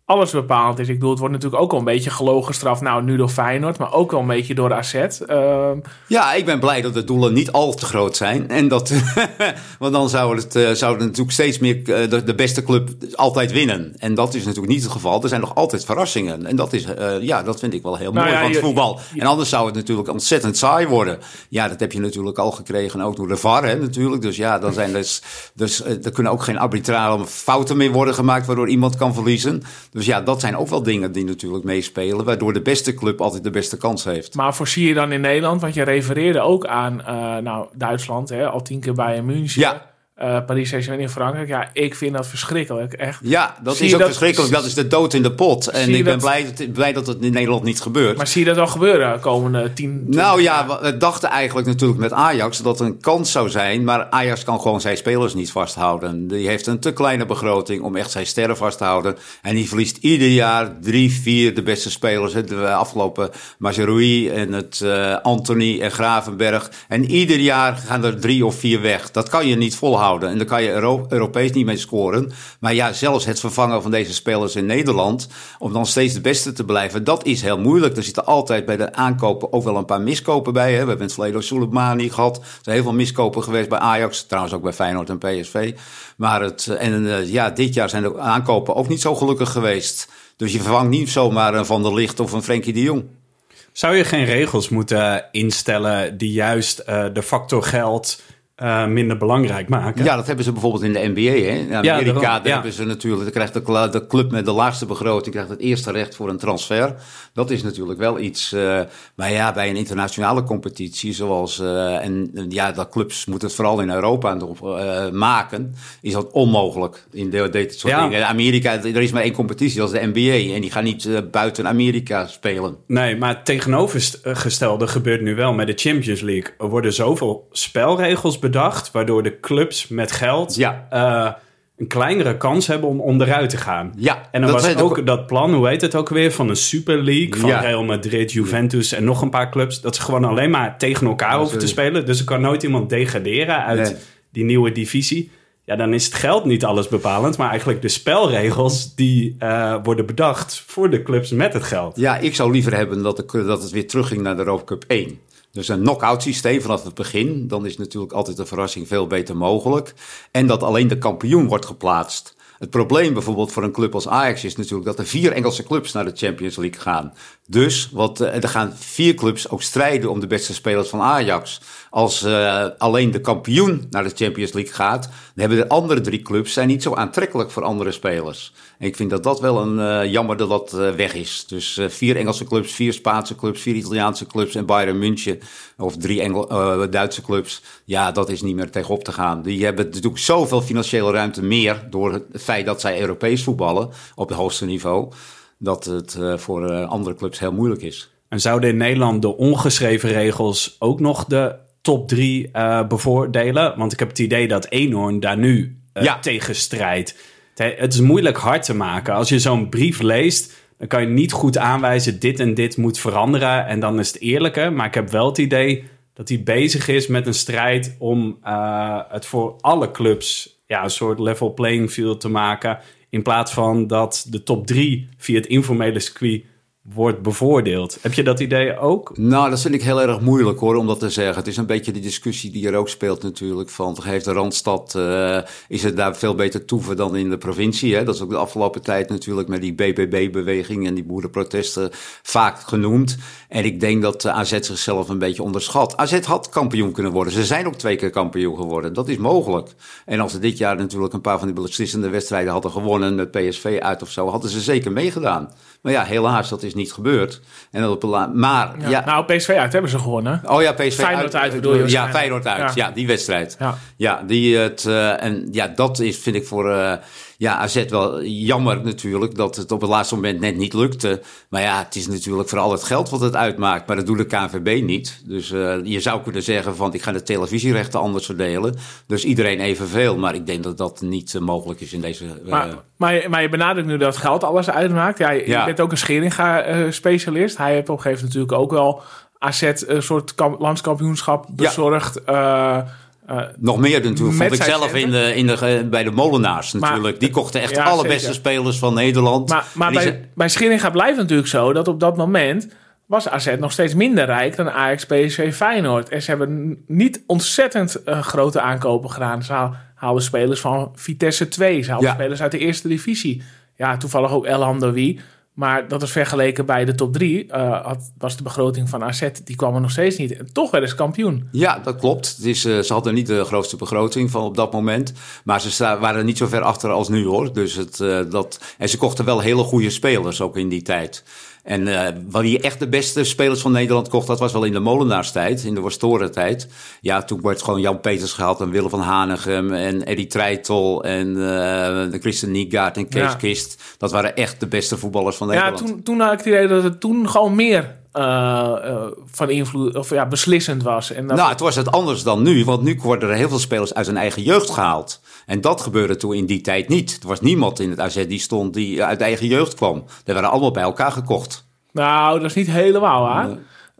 alles bepalend is. Ik bedoel, het wordt natuurlijk ook wel een beetje gelogen straf. Nou, nu door Feyenoord, maar ook wel een beetje door A Z. Uh, ja, ik ben blij dat de doelen niet al te groot zijn. En dat, want dan zou het, uh, zou het natuurlijk steeds meer uh, de, de beste club altijd winnen. En dat is natuurlijk niet het geval. Er zijn nog altijd verrassingen. En dat is, uh, ja, dat vind ik wel heel nou mooi ja, van het je, voetbal. Je, en anders zou het natuurlijk ontzettend saai worden. Ja, dat heb je natuurlijk al gekregen, ook door de V A R, hè, natuurlijk. Dus ja, dan zijn dus, dus uh, er kunnen ook geen arbitrale fouten meer worden gemaakt, waardoor iemand kan verliezen. Dus ja, dat zijn ook wel dingen die natuurlijk meespelen, waardoor de beste club altijd de beste kans heeft. Maar voorzie je dan in Nederland, want je refereerde ook aan uh, nou, Duitsland, hè, al tien keer Bayern München. Ja. Uh, Paris Saint-Germain in Frankrijk. Ja, ik vind dat verschrikkelijk. Echt. Ja, dat zie is ook dat, verschrikkelijk. Dat is de dood in de pot. En ik ben dat, blij, dat, blij dat het in Nederland niet gebeurt. Maar zie je dat al gebeuren de komende tien, Nou ja, jaar? We dachten eigenlijk natuurlijk met Ajax dat het een kans zou zijn. Maar Ajax kan gewoon zijn spelers niet vasthouden. Die heeft een te kleine begroting om echt zijn sterren vast te houden. En die verliest ieder jaar drie, vier de beste spelers. De afgelopen Mazraoui en het uh, Anthony en Gravenberg. En ieder jaar gaan er drie of vier weg. Dat kan je niet volhouden. En daar kan je Euro- Europees niet mee scoren. Maar ja, zelfs het vervangen van deze spelers in Nederland, om dan steeds de beste te blijven, dat is heel moeilijk. Er zitten altijd bij de aankopen ook wel een paar miskopen bij. Hè. We hebben in het verleden Soleimani gehad. Er zijn heel veel miskopen geweest bij Ajax. Trouwens ook bij Feyenoord en P S V. Maar het, en ja, dit jaar zijn de aankopen ook niet zo gelukkig geweest. Dus je vervangt niet zomaar een Van der Ligt of een Frenkie de Jong. Zou je geen regels moeten instellen die juist uh, de factor geld Uh, minder belangrijk maken? Ja, dat hebben ze bijvoorbeeld in de N B A. Hè? In Amerika ja, daarom, daar ja. hebben ze natuurlijk, dan krijgt de, de club met de laagste begroting krijgt het eerste recht voor een transfer. Dat is natuurlijk wel iets. Uh, maar ja, bij een internationale competitie, zoals uh, en ja, dat clubs moeten het vooral in Europa uh, maken, is dat onmogelijk in de, dit soort ja. dingen. In Amerika, er is maar één competitie, dat is de N B A, en die gaan niet uh, buiten Amerika spelen. Nee, maar het tegenovergestelde gebeurt nu wel met de Champions League. Er worden zoveel spelregels bedacht, waardoor de clubs met geld ja. uh, een kleinere kans hebben om onderuit te gaan. Ja, en dan was ook, ook dat plan, hoe heet het ook weer, van een Super League, van ja. Real Madrid, Juventus ja. en nog een paar clubs, dat ze gewoon alleen maar tegen elkaar hoeven te spelen. Dus er kan nooit iemand degraderen uit nee. die nieuwe divisie. Ja, dan is het geld niet alles bepalend, maar eigenlijk de spelregels die uh, worden bedacht voor de clubs met het geld. Ja, ik zou liever hebben dat, de, dat het weer terugging naar de Europa Cup één. Dus een knock-out systeem vanaf het begin. Dan is natuurlijk altijd de verrassing veel beter mogelijk. En dat alleen de kampioen wordt geplaatst. Het probleem bijvoorbeeld voor een club als Ajax is natuurlijk dat er vier Engelse clubs naar de Champions League gaan. Dus wat, er gaan vier clubs ook strijden om de beste spelers van Ajax. Als uh, alleen de kampioen naar de Champions League gaat, dan hebben de andere drie clubs zijn niet zo aantrekkelijk voor andere spelers. En ik vind dat dat wel een uh, jammer dat dat uh, weg is. Dus uh, vier Engelse clubs, vier Spaanse clubs, vier Italiaanse clubs en Bayern München of drie Engel, uh, Duitse clubs. Ja, dat is niet meer tegenop te gaan. Die hebben natuurlijk zoveel financiële ruimte meer door het feit dat zij Europees voetballen op het hoogste niveau, dat het uh, voor uh, andere clubs heel moeilijk is. En zouden in Nederland de ongeschreven regels ook nog de top drie uh, bevoordelen? Want ik heb het idee dat Eenhoorn daar nu uh, ja. tegen strijdt. Het is moeilijk hard te maken. Als je zo'n brief leest, dan kan je niet goed aanwijzen dit en dit moet veranderen en dan is het eerlijker. Maar ik heb wel het idee dat hij bezig is met een strijd om uh, het voor alle clubs ja, een soort level playing field te maken. In plaats van dat de top drie via het informele circuit wordt bevoordeeld. Heb je dat idee ook? Nou, dat vind ik heel erg moeilijk hoor, om dat te zeggen. Het is een beetje die discussie die er ook speelt natuurlijk. Van, heeft de Randstad, uh, is het daar veel beter toeven dan in de provincie? Hè? Dat is ook de afgelopen tijd natuurlijk met die B B B-beweging en die boerenprotesten vaak genoemd. En ik denk dat A Z zichzelf een beetje onderschat. A Z had kampioen kunnen worden. Ze zijn ook twee keer kampioen geworden. Dat is mogelijk. En als ze dit jaar natuurlijk een paar van die beslissende wedstrijden hadden gewonnen met P S V uit of zo, hadden ze zeker meegedaan. Maar ja, helaas, dat is niet gebeurd. En dat la- maar, ja, ja, nou, P S V uit hebben ze gewonnen. Oh ja, P S V Feyenoord uit. uit bedoel je? Ja, Feyenoord uit. Ja. ja, die wedstrijd. Ja, ja die het uh, en ja, dat is vind ik voor uh, ja, A Z wel jammer natuurlijk dat het op het laatste moment net niet lukte. Maar ja, het is natuurlijk vooral het geld wat het uitmaakt. Maar dat doet de K N V B niet. Dus uh, je zou kunnen zeggen van ik ga de televisierechten anders verdelen. Dus iedereen evenveel. Maar ik denk dat dat niet uh, mogelijk is in deze... Uh, maar, maar, je, maar je benadrukt nu dat geld alles uitmaakt. Ja, je ja. bent ook een Scheringa-specialist. Hij heeft op een gegeven moment natuurlijk ook wel A Z een soort kamp, landskampioenschap bezorgd. Ja. Uh, Uh, Nog meer natuurlijk, vond ik zelf wedstrijdcenter. in de, in de, bij de Molenaars natuurlijk. Maar, die kochten echt ja, de allerbeste zeker. spelers van Nederland. Maar, maar die bij, zijn- bij Scheringa blijft het natuurlijk zo dat op dat moment was A Z nog steeds minder rijk dan Ajax, P S V, Feyenoord. En ze hebben n- niet ontzettend uh, grote aankopen gedaan. Ze haal- haalden spelers van Vitesse twee. Ze haalden Ja. spelers uit de eerste divisie. Ja, toevallig ook El Hamdoui. Maar dat is vergeleken bij de top drie. Uh, had, was de begroting van A Z, die kwam er nog steeds niet. En toch werden ze kampioen. Ja, dat klopt. Het is, uh, ze hadden niet de grootste begroting van op dat moment. Maar ze sta- waren niet zo ver achter als nu, hoor. Dus het, uh, dat, en ze kochten wel hele goede spelers ook in die tijd. En uh, wat die echt de beste spelers van Nederland kocht, dat was wel in de Molenaarstijd, in de Worstoren-tijd. Ja, toen werd gewoon Jan Peters gehaald en Willem van Hanegem en Eddie Treitel en uh, de Christen Niegaard en Kees Ja. Kist. Dat waren echt de beste voetballers van Ja, Nederland. toen, toen had ik het idee dat het toen gewoon meer uh, uh, van invloed, of ja, beslissend was. En dat Nou, het was het anders dan nu, want nu worden er heel veel spelers uit hun eigen jeugd gehaald. En dat gebeurde toen in die tijd niet. Er was niemand in het A Z die stond die uit de eigen jeugd kwam. Die waren allemaal bij elkaar gekocht. Nou, dat is niet helemaal, hè? Uh,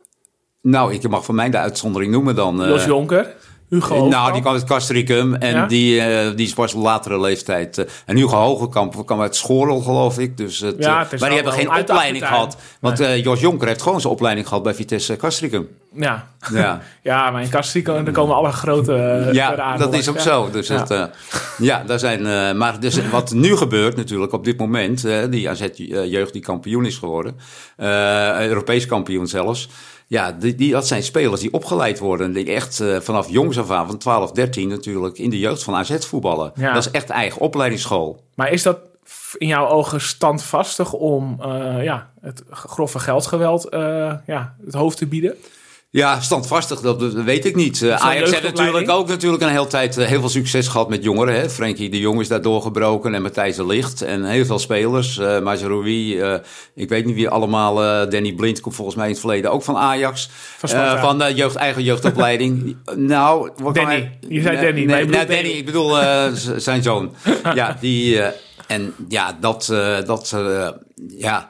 nou, ik mag van mij de uitzondering noemen dan. Uh, Jos Jonker, Hugo Nou, Hoogkamp. die kwam uit Castricum en Ja? die, uh, die was op latere leeftijd. Uh, en Hugo Hogekamp kwam uit Schorel, geloof ik. Dus het, Ja, uh, het is maar die wel hebben geen uit de opleiding achtertuin. gehad. Want uh, Jos Jonker heeft gewoon zijn opleiding gehad bij Vitesse Castricum. Ja. Ja. Ja, maar in Castrico, daar komen alle grote uh, Ja, eraan, dat hoor. is ook Ja. zo. Dus Ja. het, uh, ja, daar zijn. Uh, maar dus, wat nu gebeurt natuurlijk op dit moment, uh, die A Z-jeugd die kampioen is geworden, uh, Europees kampioen zelfs. Ja, die, die, dat zijn spelers die opgeleid worden. Die echt uh, vanaf jongs af aan, van twaalf, dertien natuurlijk, in de jeugd van A Z voetballen. Ja. Dat is echt eigen opleidingsschool. Maar is dat in jouw ogen standvastig om uh, ja, het grove geldgeweld uh, ja, het hoofd te bieden? Ja, standvastig, dat, dat weet ik niet. Uh, Zo'n Ajax heeft jeugdopleiding? natuurlijk ook natuurlijk een hele tijd uh, heel veel succes gehad met jongeren. Hè? Frenkie de Jong is daar doorgebroken en Matthijs de Ligt. En heel veel spelers. Uh, Mazraoui, uh, ik weet niet wie allemaal. Uh, Danny Blind komt volgens mij in het verleden ook van Ajax. Van Sparta. Uh, van de jeugd, eigen jeugdopleiding. nou, wat kan Danny. hij- Je zei Nee, Danny, maar Nee, je nee, bedoelt Danny, Danny. ik bedoel uh, z- zijn zoon. Ja, die... Uh, en ja, dat... Uh, dat uh, ja...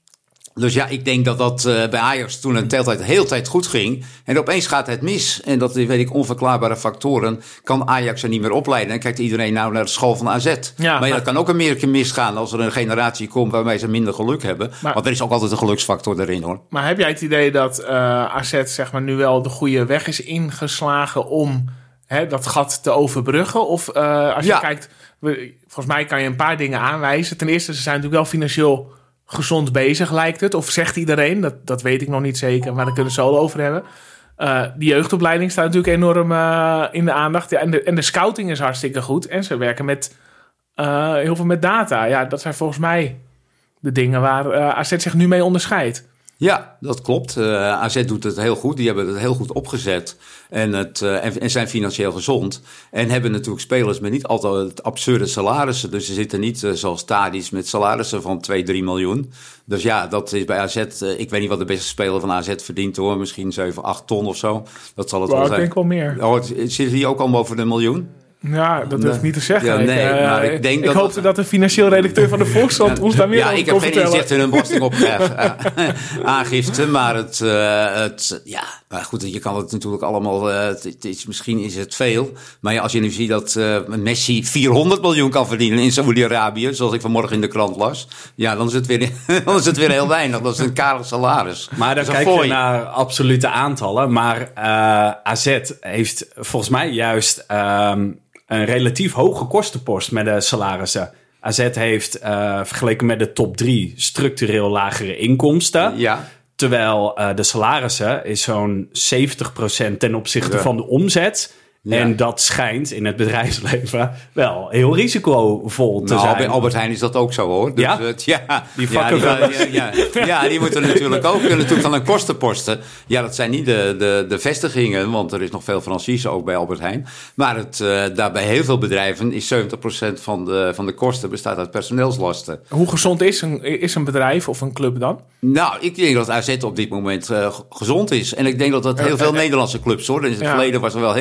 Dus ja, ik denk dat dat uh, bij Ajax toen een tijd, de hele tijd goed ging. En opeens gaat het mis. En dat, weet ik, onverklaarbare factoren kan Ajax er niet meer opleiden. En kijkt iedereen nou naar de school van A Z. Ja, maar ja, maar- dat kan ook een meer keer misgaan als er een generatie komt waarmee ze minder geluk hebben. Maar- Want er is ook altijd een geluksfactor erin, hoor. Maar heb jij het idee dat uh, A Z zeg maar, nu wel de goede weg is ingeslagen om hè, dat gat te overbruggen? Of uh, als je Ja. kijkt, we- volgens mij kan je een paar dingen aanwijzen. Ten eerste, ze zijn natuurlijk wel financieel gezond bezig, lijkt het. Of zegt iedereen, dat, dat weet ik nog niet zeker, maar daar kunnen we het zo over hebben. Uh, die jeugdopleiding staat natuurlijk enorm uh, in de aandacht. Ja, en, de, en de scouting is hartstikke goed. En ze werken met uh, heel veel met data. Ja, dat zijn volgens mij de dingen waar uh, A Z zich nu mee onderscheidt. Ja, dat klopt. Uh, A Z doet het heel goed. Die hebben het heel goed opgezet. En, het, uh, en, en zijn financieel gezond. En hebben natuurlijk spelers met niet altijd absurde salarissen. Dus ze zitten niet uh, zoals Tadic met salarissen van twee, drie miljoen. Dus ja, dat is bij A Z... Uh, ik weet niet wat de beste speler van A Z verdient, hoor. Misschien zeven, acht ton of zo. Dat zal het Wow, wel ik zijn. denk wel meer. Oh, zit die ook al boven de miljoen? Ja, dat durf ik niet te zeggen. Ja, nee, ik, uh, maar ik denk ik dat hoopte dat- dat de financieel redacteur van de Volkskrant ons daar meer Ja, over ik kon heb geen vertellen. inzicht in een belastingopgifte, maar het, uh, het, ja, maar goed, je kan het natuurlijk allemaal, uh, het, het is, misschien is het veel, maar ja, als je nu ziet dat uh, Messi vierhonderd miljoen kan verdienen in Saoedi-Arabië, zoals ik vanmorgen in de krant las, ja, dan is het weer, dan is het weer heel weinig. Dat is een karig salaris. Maar dan Dat is een kijk je fooi. naar absolute aantallen. Maar uh, A Z heeft volgens mij juist um, een relatief hoge kostenpost met de salarissen. A Z heeft uh, vergeleken met de top drie structureel lagere inkomsten. Ja. Terwijl uh, de salarissen is zo'n zeventig procent ten opzichte Ja. van de omzet. Ja. En dat schijnt in het bedrijfsleven wel heel risicovol te Nou, zijn. bij Albert Heijn is dat ook zo, hoor. Dus Ja? Het, ja, Die ja, die, vakken- ja, ja, ja, die moeten natuurlijk ook natuurlijk van een kostenposten. Ja, dat zijn niet de, de, de vestigingen, want er is nog veel franchise ook bij Albert Heijn. Maar het, uh, daar bij heel veel bedrijven is zeventig procent van de, van de kosten bestaat uit personeelslasten. Hoe gezond is een, is een bedrijf of een club dan? Nou, ik denk dat A Z op dit moment uh, gezond is. En ik denk dat dat heel veel Nederlandse clubs, hoor. In het Ja. verleden was er wel heel veel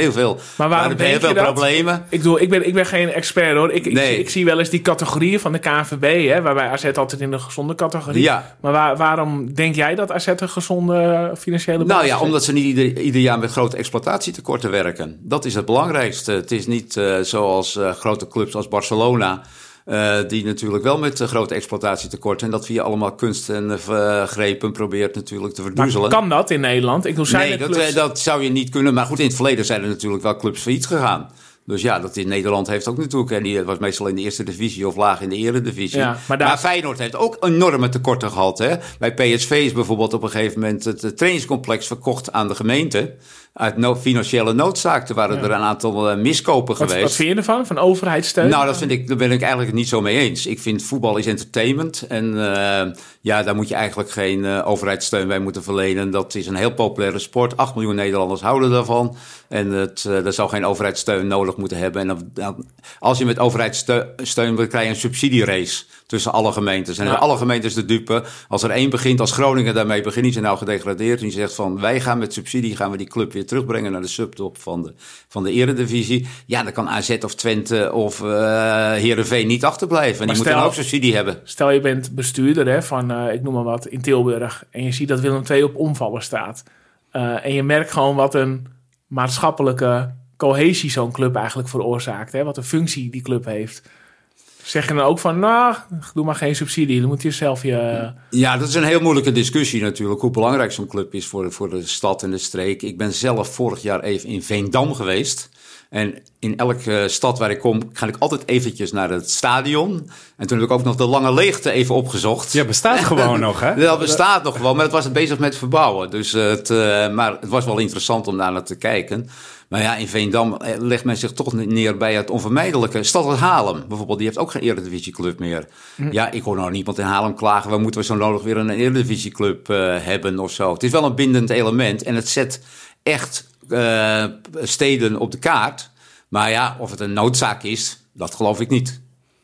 Maar waarom er heel denk veel je dat? problemen. Ik bedoel, ik ben, ik ben geen expert hoor. Ik, Nee. ik, ik zie wel eens die categorieën van de K N V B, hè, waarbij A Z altijd in de gezonde categorie. Ja. Maar waar, waarom denk jij dat A Z een gezonde financiële basis Nou ja, heeft? omdat ze niet ieder, ieder jaar met grote exploitatietekorten werken. Dat is het belangrijkste. Het is niet uh, zoals uh, grote clubs als Barcelona, Uh, die natuurlijk wel met uh, grote exploitatietekorten en dat via allemaal kunst en uh, grepen probeert natuurlijk te verdoezelen. Maar kan dat in Nederland? Ik bedoel, zijn nee, er dat, clubs... uh, dat zou je niet kunnen. Maar goed, in het verleden zijn er natuurlijk wel clubs failliet gegaan. Dus ja, dat in Nederland heeft ook natuurlijk... En die was meestal in de eerste divisie of laag in de eredivisie. Ja, maar, daar... maar Feyenoord heeft ook enorme tekorten gehad. Hè? Bij P S V is bijvoorbeeld op een gegeven moment het, het trainingscomplex verkocht aan de gemeente. Uit no- financiële noodzaak. Er waren ja. er een aantal uh, miskopen wat, geweest. Wat vind je ervan? Van overheidssteun? Nou, dat vind ik, daar ben ik eigenlijk niet zo mee eens. Ik vind voetbal is entertainment. En uh, ja, daar moet je eigenlijk geen uh, overheidssteun bij moeten verlenen. Dat is een heel populaire sport. acht miljoen Nederlanders houden daarvan. En het, uh, daar zou geen overheidssteun nodig moeten hebben. En dan, dan, als je met overheidssteun wil, krijg je een subsidierace tussen alle gemeentes. En ja. alle gemeentes de dupe. Als er één begint, als Groningen daarmee begint, die zijn nou gedegradeerd. En die zegt van, wij gaan met subsidie, gaan we die club weer terugbrengen naar de subtop van de, van de eredivisie. Ja, dan kan A Z of Twente of uh, Heerenveen niet achterblijven. En die stel, moeten dan ook subsidie hebben. Stel je bent bestuurder hè, van, uh, ik noem maar wat, in Tilburg. En je ziet dat Willem twee op omvallen staat. Uh, en je merkt gewoon wat een maatschappelijke cohesie zo'n club eigenlijk veroorzaakt. Hè? Wat een functie die club heeft. Zeg je dan ook van, nou, doe maar geen subsidie. Dan moet je zelf je... Ja, dat is een heel moeilijke discussie natuurlijk. Hoe belangrijk zo'n club is voor de, voor de stad en de streek. Ik ben zelf vorig jaar even in Veendam geweest. En in elke stad waar ik kom, ga ik altijd eventjes naar het stadion. En toen heb ik ook nog de Lange Leegte even opgezocht. Ja, bestaat gewoon nog, hè? Dat bestaat nog gewoon, maar het was bezig met verbouwen. Dus het, uh, maar het was wel interessant om daar naar te kijken. Maar ja, in Veendam legt men zich toch neer bij het onvermijdelijke. Stad Haarlem bijvoorbeeld, die heeft ook geen eredivisieclub meer. Hm. Ja, ik hoor nou niemand in Haarlem klagen. Waar moeten we zo nodig weer een eredivisieclub uh, hebben of zo. Het is wel een bindend element en het zet echt uh, steden op de kaart. Maar ja, of het een noodzaak is, dat geloof ik niet.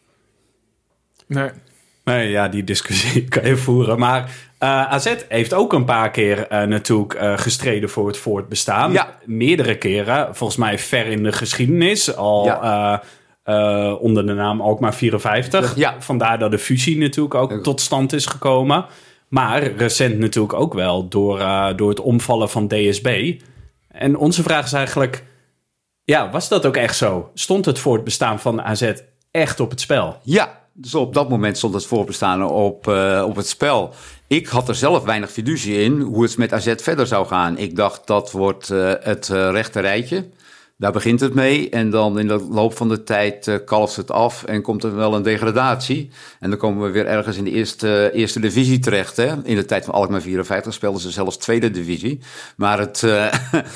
Nee. Nee, ja, die discussie kan je voeren. Maar uh, A Z heeft ook een paar keer uh, natuurlijk uh, gestreden voor het voortbestaan. Ja. Meerdere keren, volgens mij ver in de geschiedenis. Al ja. uh, uh, onder de naam Alkmaar vierenvijftig. Ja. Vandaar dat de fusie natuurlijk ook ja. tot stand is gekomen. Maar recent natuurlijk ook wel door, uh, door het omvallen van D S B. En onze vraag is eigenlijk... Ja, was dat ook echt zo? Stond het voortbestaan van A Z echt op het spel? Ja. Dus op dat moment stond het voorbestaan op, uh, op het spel. Ik had er zelf weinig fiducie in hoe het met A Z verder zou gaan. Ik dacht, dat wordt uh, het uh, rechte rijtje. Daar begint het mee. En dan in de loop van de tijd uh, kalft het af en komt er wel een degradatie. En dan komen we weer ergens in de eerste, uh, eerste divisie terecht. Hè? In de tijd van Alkmaar vierenvijftig speelden ze zelfs tweede divisie. Maar het... Uh,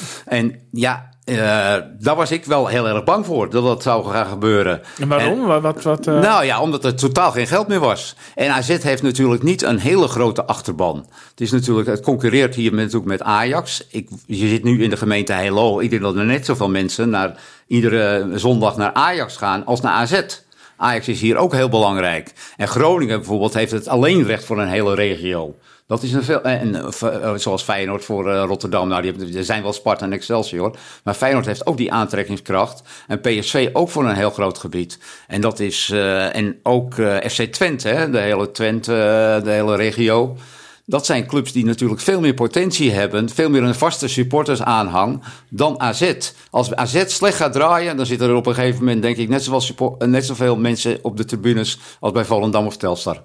en ja... Uh, daar was ik wel heel erg bang voor, dat dat zou gaan gebeuren. En waarom? En, wat, wat, uh... Nou ja, omdat er totaal geen geld meer was. En A Z heeft natuurlijk niet een hele grote achterban. Het is natuurlijk, het concurreert hier met, natuurlijk met Ajax. Ik, je zit nu in de gemeente Heilo. Ik denk dat er net zoveel mensen naar, iedere zondag naar Ajax gaan als naar A Z. Ajax is hier ook heel belangrijk. En Groningen bijvoorbeeld heeft het alleen recht voor een hele regio. Dat is een veel, en, zoals Feyenoord voor uh, Rotterdam. Nou, die hebben, er zijn wel Sparta en Excelsior. Maar Feyenoord heeft ook die aantrekkingskracht. En P S V ook voor een heel groot gebied. En dat is, uh, en ook uh, F C Twente, hè, de hele Twente, uh, de hele regio. Dat zijn clubs die natuurlijk veel meer potentie hebben. Veel meer een vaste supportersaanhang dan A Z. Als A Z slecht gaat draaien, dan zitten er op een gegeven moment, denk ik, net zoveel, support, net zoveel mensen op de tribunes als bij Volendam of Telstar.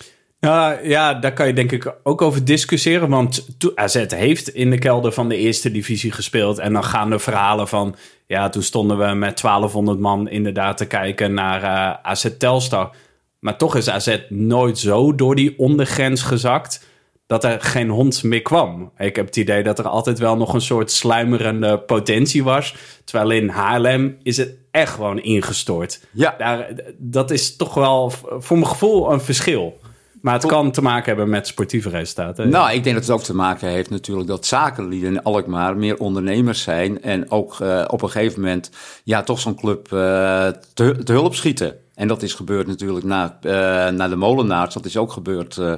Uh, ja, daar kan je denk ik ook over discussiëren. Want A Z heeft in de kelder van de eerste divisie gespeeld. En dan gaan de verhalen van... Ja, toen stonden we met twaalfhonderd man inderdaad te kijken naar uh, A Z Telstar. Maar toch is A Z nooit zo door die ondergrens gezakt... dat er geen hond meer kwam. Ik heb het idee dat er altijd wel nog een soort sluimerende potentie was. Terwijl in Haarlem is het echt gewoon ingestort. Ja. Daar, dat is toch wel voor mijn gevoel een verschil. Maar het kan te maken hebben met sportieve resultaten. Nou, ik denk dat het ook te maken heeft natuurlijk dat zakenlieden in Alkmaar meer ondernemers zijn. En ook uh, op een gegeven moment ja, toch zo'n club uh, te, te hulp schieten. En dat is gebeurd natuurlijk na, uh, na de Molenaars. Dat is ook gebeurd uh, uh,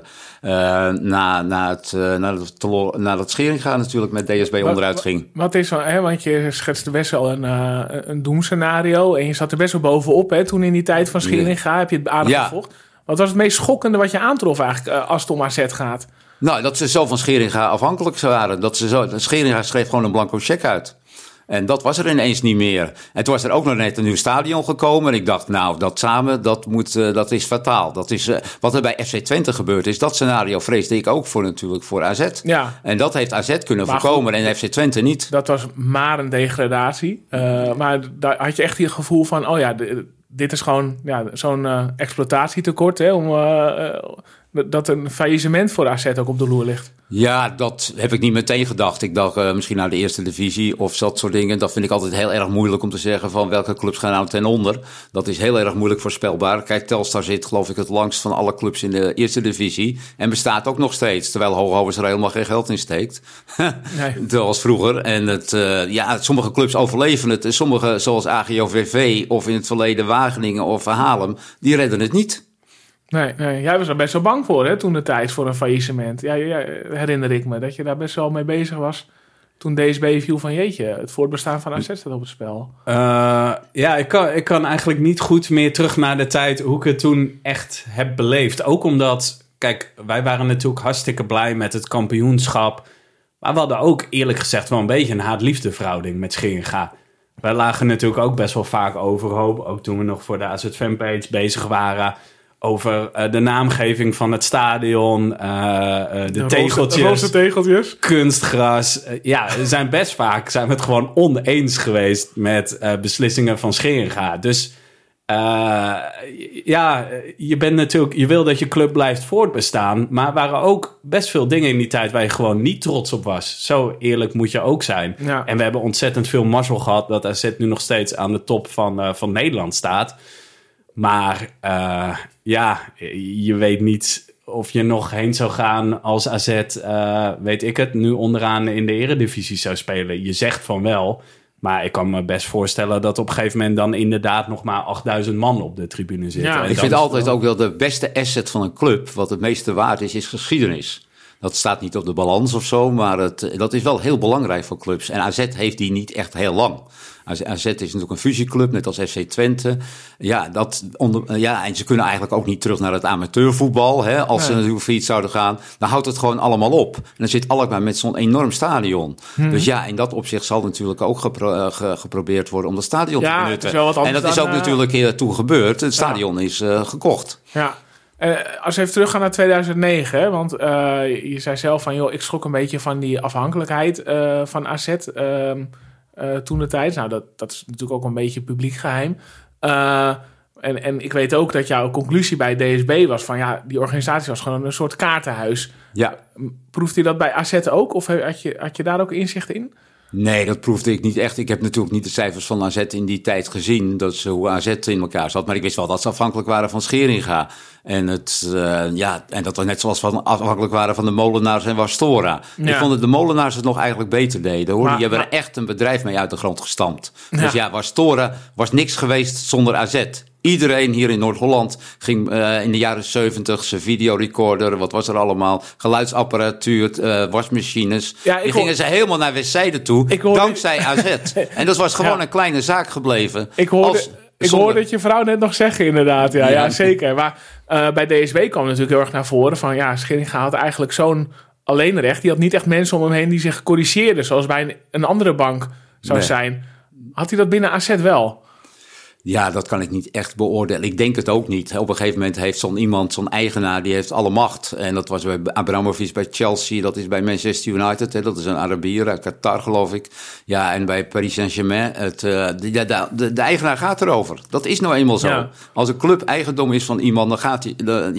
na, na, het, uh, na, het telo- na dat Scheringa natuurlijk met D S B wat, onderuit ging. Wat is zo, hè? Want je schetste best wel een, uh, een doemscenario. En je zat er best wel bovenop hè, toen in die tijd van Scheringa. Ja. Heb je het aardig ja. gevolgd. Wat was het meest schokkende wat je aantrof eigenlijk uh, als het om A Z gaat? Nou, dat ze zo van Scheringa afhankelijk waren. Dat ze zo, Scheringa schreef gewoon een blanco cheque uit. En dat was er ineens niet meer. En toen was er ook nog net een nieuw stadion gekomen. En ik dacht, nou, dat samen, dat, moet, uh, dat is fataal. Dat is uh, wat er bij F C Twente gebeurd is. Dat scenario vreesde ik ook voor natuurlijk voor A Z. Ja. En dat heeft A Z kunnen maar voorkomen goed, en F C Twente niet. Dat was maar een degradatie. Uh, maar daar had je echt het gevoel van, oh ja, de, dit is gewoon ja, zo'n uh, exploitatietekort. Hè, om, uh, uh, dat een faillissement voor A Z ook op de loer ligt. Ja, dat heb ik niet meteen gedacht. Ik dacht uh, misschien naar de eerste divisie of dat soort dingen. Dat vind ik altijd heel erg moeilijk om te zeggen van welke clubs gaan nou ten onder. Dat is heel erg moeilijk voorspelbaar. Kijk, Telstar zit geloof ik het langst van alle clubs in de eerste divisie. En bestaat ook nog steeds. Terwijl Hooghovens er helemaal geen geld in steekt. Nee. Zoals vroeger. En het, uh, ja, sommige clubs overleven het. En sommige, zoals A G O V V of in het verleden Wageningen of Haarlem, die redden het niet. Nee, nee, jij was er best wel bang voor, hè, toen de tijd voor een faillissement. Ja, ja, herinner ik me, dat je daar best wel mee bezig was toen D S B viel van jeetje, het voortbestaan van A Z staat op het spel. Uh, ja, ik kan, ik kan eigenlijk niet goed meer terug naar de tijd hoe ik het toen echt heb beleefd. Ook omdat, kijk, wij waren natuurlijk hartstikke blij met het kampioenschap. Maar we hadden ook eerlijk gezegd wel een beetje een haat-liefde verhouding met Scheringa. Wij lagen natuurlijk ook best wel vaak overhoop, ook toen we nog voor de A Z fanpage bezig waren, over uh, de naamgeving van het stadion, uh, uh, de, de tegeltjes, roze tegeltjes, kunstgras. Uh, ja, we zijn best vaak zijn we het gewoon oneens geweest met uh, beslissingen van Scheringa. Dus uh, ja, je bent natuurlijk, je wil dat je club blijft voortbestaan, maar er waren ook best veel dingen in die tijd waar je gewoon niet trots op was. Zo eerlijk moet je ook zijn. Ja. En we hebben ontzettend veel mazzel gehad dat A Z nu nog steeds aan de top van, uh, van Nederland staat. Maar uh, ja, je weet niet of je nog heen zou gaan als A Z, uh, weet ik het, nu onderaan in de eredivisie zou spelen. Je zegt van wel, maar ik kan me best voorstellen dat op een gegeven moment dan inderdaad nog maar achtduizend man op de tribune zitten. Ja, ik vind altijd wel ook wel de beste asset van een club, wat het meeste waard is, is geschiedenis. Dat staat niet op de balans of zo, maar het, dat is wel heel belangrijk voor clubs. En A Z heeft die niet echt heel lang. A Z is natuurlijk een fusieclub, net als F C Twente. Ja, dat onder, ja, en ze kunnen eigenlijk ook niet terug naar het amateurvoetbal. Hè, als nee. ze natuurlijk voor iets zouden gaan, dan houdt het gewoon allemaal op. En dan zit Alkmaar met zo'n enorm stadion. Hmm. Dus ja, in dat opzicht zal natuurlijk ook gepro- ge- geprobeerd worden om dat stadion ja, te benutten. En dat is ook uh, natuurlijk uh, toen gebeurd. Het stadion ja. is uh, gekocht. Ja. Uh, als we even teruggaan naar tweeduizend negen, hè, want uh, je zei zelf van, joh, ik schrok een beetje van die afhankelijkheid uh, van A Z uh, uh, toen de tijd. Nou, dat, dat is natuurlijk ook een beetje publiek geheim. Uh, en, en ik weet ook dat jouw conclusie bij D S B was van, ja, die organisatie was gewoon een soort kaartenhuis. Ja. Proefde je dat bij A Z ook, of had je, had je daar ook inzicht in? Nee, dat proefde ik niet echt. Ik heb natuurlijk niet de cijfers van A Z in die tijd gezien, dat ze, hoe A Z in elkaar zat. Maar ik wist wel dat ze afhankelijk waren van Scheringa. En, het, uh, ja, en dat we net zoals van afhankelijk waren van de Molenaars en Wastora. Ja. Ik vond dat de Molenaars het nog eigenlijk beter deden. Hoor. Maar, die hebben maar, er echt een bedrijf mee uit de grond gestampt. Ja. Dus ja, Wastora was niks geweest zonder A Z. Iedereen hier in Noord-Holland ging uh, in de jaren zeventig zijn videorecorder, wat was er allemaal, geluidsapparatuur, uh, wasmachines. Ja, die gingen hoor, ze helemaal naar westzijde toe, hoorde, dankzij A Z. En dat was gewoon ja. een kleine zaak gebleven. Ik hoorde, als, ik zonder... hoorde het je vrouw net nog zeggen inderdaad. Ja, ja. ja zeker. Maar uh, bij D S B kwam natuurlijk heel erg naar voren van, ja, Scheringa had eigenlijk zo'n alleenrecht. Die had niet echt mensen om hem heen die zich corrigeerden, zoals bij een, een andere bank zou nee. zijn. Had hij dat binnen A Z wel? Ja, dat kan ik niet echt beoordelen. Ik denk het ook niet. Op een gegeven moment heeft zo'n iemand, zo'n eigenaar, die heeft alle macht. En dat was bij Abramovich bij Chelsea, dat is bij Manchester United. Hè, dat is een Arabier uit Qatar, geloof ik. Ja, en bij Paris Saint-Germain, het, uh, de, de, de, de eigenaar gaat erover. Dat is nou eenmaal zo. Ja. Als een club eigendom is van iemand, dan gaat hij, de, ja,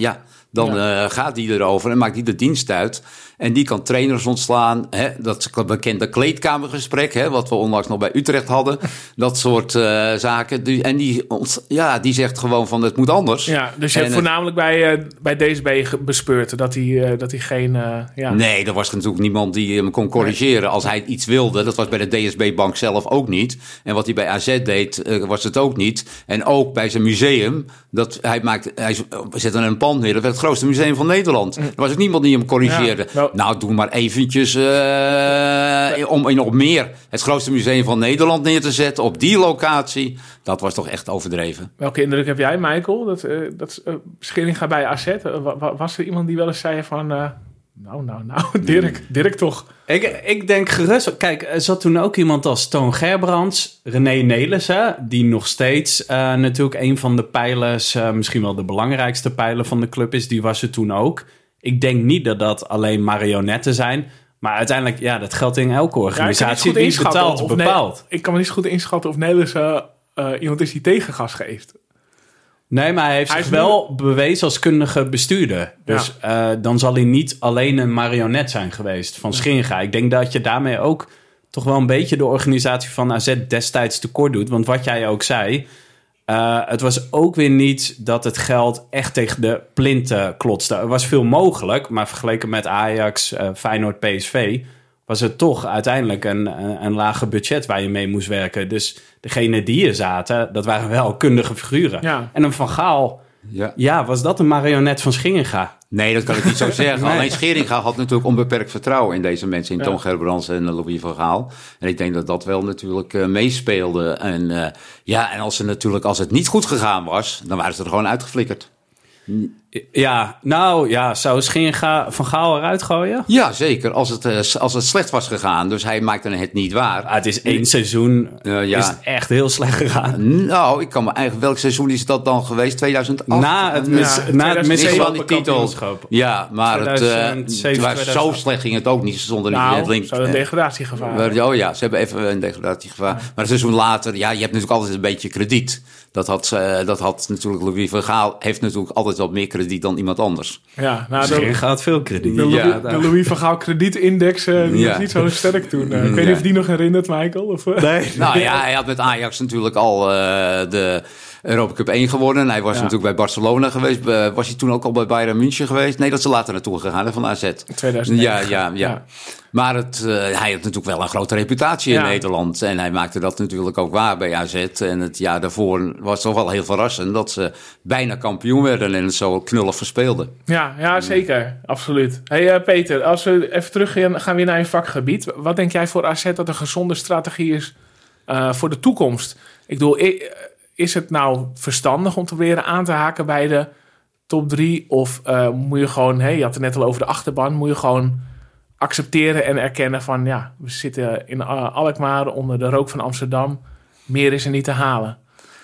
Dan Ja. uh, gaat die erover en maakt die de dienst uit. En die kan trainers ontslaan. Hè? Dat bekende kleedkamergesprek, hè, wat we onlangs nog bij Utrecht hadden. Dat soort uh, zaken. Die, en die, ont, ja, die zegt gewoon van het moet anders. Ja, dus je en hebt voornamelijk bij, uh, bij D S B bespeurd dat hij, uh, dat hij geen... Uh, ja. Nee, er was natuurlijk niemand die hem kon corrigeren nee. als hij iets wilde. Dat was bij de D S B-bank zelf ook niet. En wat hij bij A Z deed, uh, was het ook niet. En ook bij zijn museum. Dat hij, maakt, hij zette een pand neer. Dat werd het grootste museum van Nederland. Mm. Er was ook niemand die hem corrigeerde. Ja, wel. Nou, doe maar eventjes uh, om in op meer het grootste museum van Nederland neer te zetten op die locatie. Dat was toch echt overdreven. Welke indruk heb jij, Michael? Dat, uh, dat uh, Scheringa bij A Z. Uh, was er iemand die wel eens zei van... Uh, nou, nou, nou, Dirk, Dirk toch. Ik, ik denk gerust... Kijk, er zat toen ook iemand als Toon Gerbrands, René Nelissen, die nog steeds uh, natuurlijk een van de pijlers, uh, misschien wel de belangrijkste pijler van de club is. Die was er toen ook. Ik denk niet dat dat alleen marionetten zijn. Maar uiteindelijk, ja, dat geldt in elke organisatie. Ja, die betaalt, bepaalt. Ne- ik kan me niet zo goed inschatten of Nelissen uh, iemand is die tegengas geeft. Nee, maar hij heeft hij zich wel nu... bewezen als kundige bestuurder. Dus ja. uh, dan zal hij niet alleen een marionet zijn geweest van Scheringa. Ik denk dat je daarmee ook toch wel een beetje de organisatie van A Z destijds tekort doet. Want wat jij ook zei... Uh, het was ook weer niet dat het geld echt tegen de plinten klotste. Er was veel mogelijk, maar vergeleken met Ajax, uh, Feyenoord, P S V... was het toch uiteindelijk een, een, een lager budget waar je mee moest werken. Dus degene die er zaten, dat waren wel kundige figuren. Ja. En een Van Gaal, ja. ja, was dat een marionet van Scheringa? Nee, dat kan ik niet zo zeggen. Nee. Alleen Scheringa had natuurlijk onbeperkt vertrouwen in deze mensen. In ja. Toon Gerbrands en Louis van Gaal. En ik denk dat dat wel natuurlijk uh, meespeelde. En uh, ja, en als, ze natuurlijk, als het niet goed gegaan was, dan waren ze er gewoon uitgeflikkerd. Ja, nou ja, zou Scheringa Van Gaal eruit gooien? Ja, zeker. Als het, uh, als het slecht was gegaan. Dus hij maakte het niet waar. Ah, het is één seizoen. Uh, ja. Is het echt heel slecht gegaan. Nou, ik kan me eigenlijk... Welk seizoen is dat dan geweest? tweeduizend acht? Na het, mis, ja, na het missen van die titel. Ja, maar het, uh, was zo slecht ging het ook niet. Ze stonden nou, niet in het link. Ze hadden een degradatiegevaar. Oh ja, ze hebben even een degradatiegevaar. Ja. Maar een seizoen later... Ja, je hebt natuurlijk altijd een beetje krediet. Dat had, uh, dat had natuurlijk Louis van Gaal... heeft natuurlijk altijd wat meer krediet dan iemand anders. Ja, nou, Scheringa gaat veel krediet. De, ja, de, de Louis van Gaal kredietindex uh, die ja. was niet zo sterk toen. Uh, ik weet niet of die nog herinnert, Michael? Of, uh? Nee. Nou ja, hij had met Ajax natuurlijk al uh, de Europa Cup één gewonnen. Hij was ja. natuurlijk bij Barcelona geweest. Uh, was hij toen ook al bij Bayern München geweest? Nee, dat is er later naartoe gegaan, hè, van A Z. tweeduizend negen. Ja, ja, ja. ja. Maar het, uh, hij had natuurlijk wel een grote reputatie in ja. Nederland. En hij maakte dat natuurlijk ook waar bij A Z. En het jaar daarvoor was het toch wel heel verrassend... dat ze bijna kampioen werden en het zo knullig verspeelden. Ja, ja zeker. Absoluut. Hey uh, Peter, als we even terug gaan weer naar je vakgebied. Wat denk jij voor A Z dat een gezonde strategie is uh, voor de toekomst? Ik bedoel, is het nou verstandig om te proberen aan te haken bij de top drie? Of uh, moet je gewoon, hey, je had het net al over de achterban... moet je gewoon... accepteren en erkennen van... ja, we zitten in uh, Alkmaar onder de rook van Amsterdam. Meer is er niet te halen.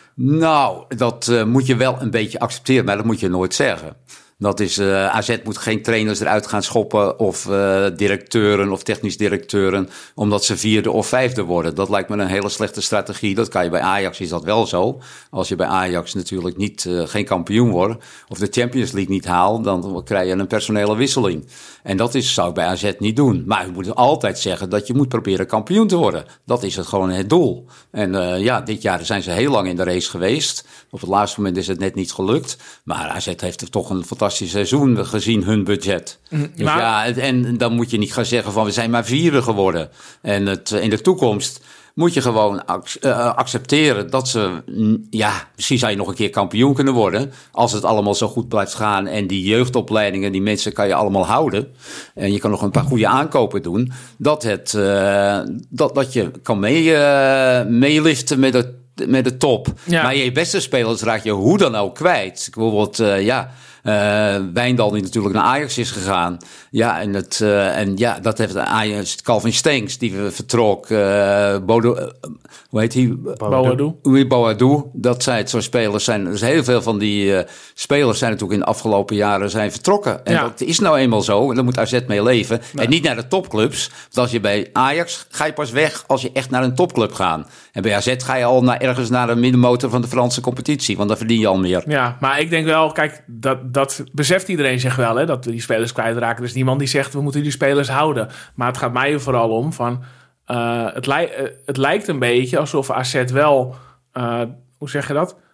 Nou, dat uh, moet je wel een beetje accepteren... maar dat moet je nooit zeggen. Dat is, uh, A Z moet geen trainers eruit gaan schoppen... of uh, directeuren of technisch directeuren... omdat ze vierde of vijfde worden. Dat lijkt me een hele slechte strategie. Dat kan je bij Ajax, is dat wel zo. Als je bij Ajax natuurlijk niet, uh, geen kampioen wordt... of de Champions League niet haalt... dan krijg je een personele wisseling. En dat is, zou ik bij A Z niet doen. Maar je moet altijd zeggen dat je moet proberen kampioen te worden. Dat is het gewoon het doel. En uh, ja, dit jaar zijn ze heel lang in de race geweest. Op het laatste moment is het net niet gelukt. Maar A Z heeft er toch een fantastisch seizoen gezien hun budget. Mm, dus maar... ja, en dan moet je niet gaan zeggen van we zijn maar vierde geworden. En het, in de toekomst moet je gewoon uh, accepteren dat ze... Ja, misschien zou je nog een keer kampioen kunnen worden... als het allemaal zo goed blijft gaan... en die jeugdopleidingen, die mensen kan je allemaal houden... en je kan nog een paar goede aankopen doen... dat, het, uh, dat, dat je kan mee, uh, meeliften met de, met de top. Ja. Maar je beste spelers raak je hoe dan ook kwijt. Bijvoorbeeld, uh, ja... Uh, Wijndal die natuurlijk naar Ajax is gegaan. Ja, en, het, uh, en ja, dat heeft Ajax, Calvin Stengs, die vertrok. Uh, Bodo, uh, hoe heet hij? Boadou. Boadou. Dat zijn het soort spelers. Zijn, dus heel veel van die uh, spelers zijn natuurlijk in de afgelopen jaren zijn vertrokken. En ja. dat is nou eenmaal zo. En daar moet A Z mee leven. Nee. En niet naar de topclubs. Want als je bij Ajax ga je pas weg als je echt naar een topclub gaat. En bij A Z ga je al naar, ergens naar de middenmotor van de Franse competitie. Want dan verdien je al meer. Ja, maar ik denk wel, kijk, dat dat beseft iedereen zich wel, hè, dat we die spelers kwijtraken. Er is niemand die zegt, we moeten die spelers houden. Maar het gaat mij er vooral om van... Uh, het, li- uh, het lijkt een beetje alsof A Z wel... Uh, hoe zeg je dat?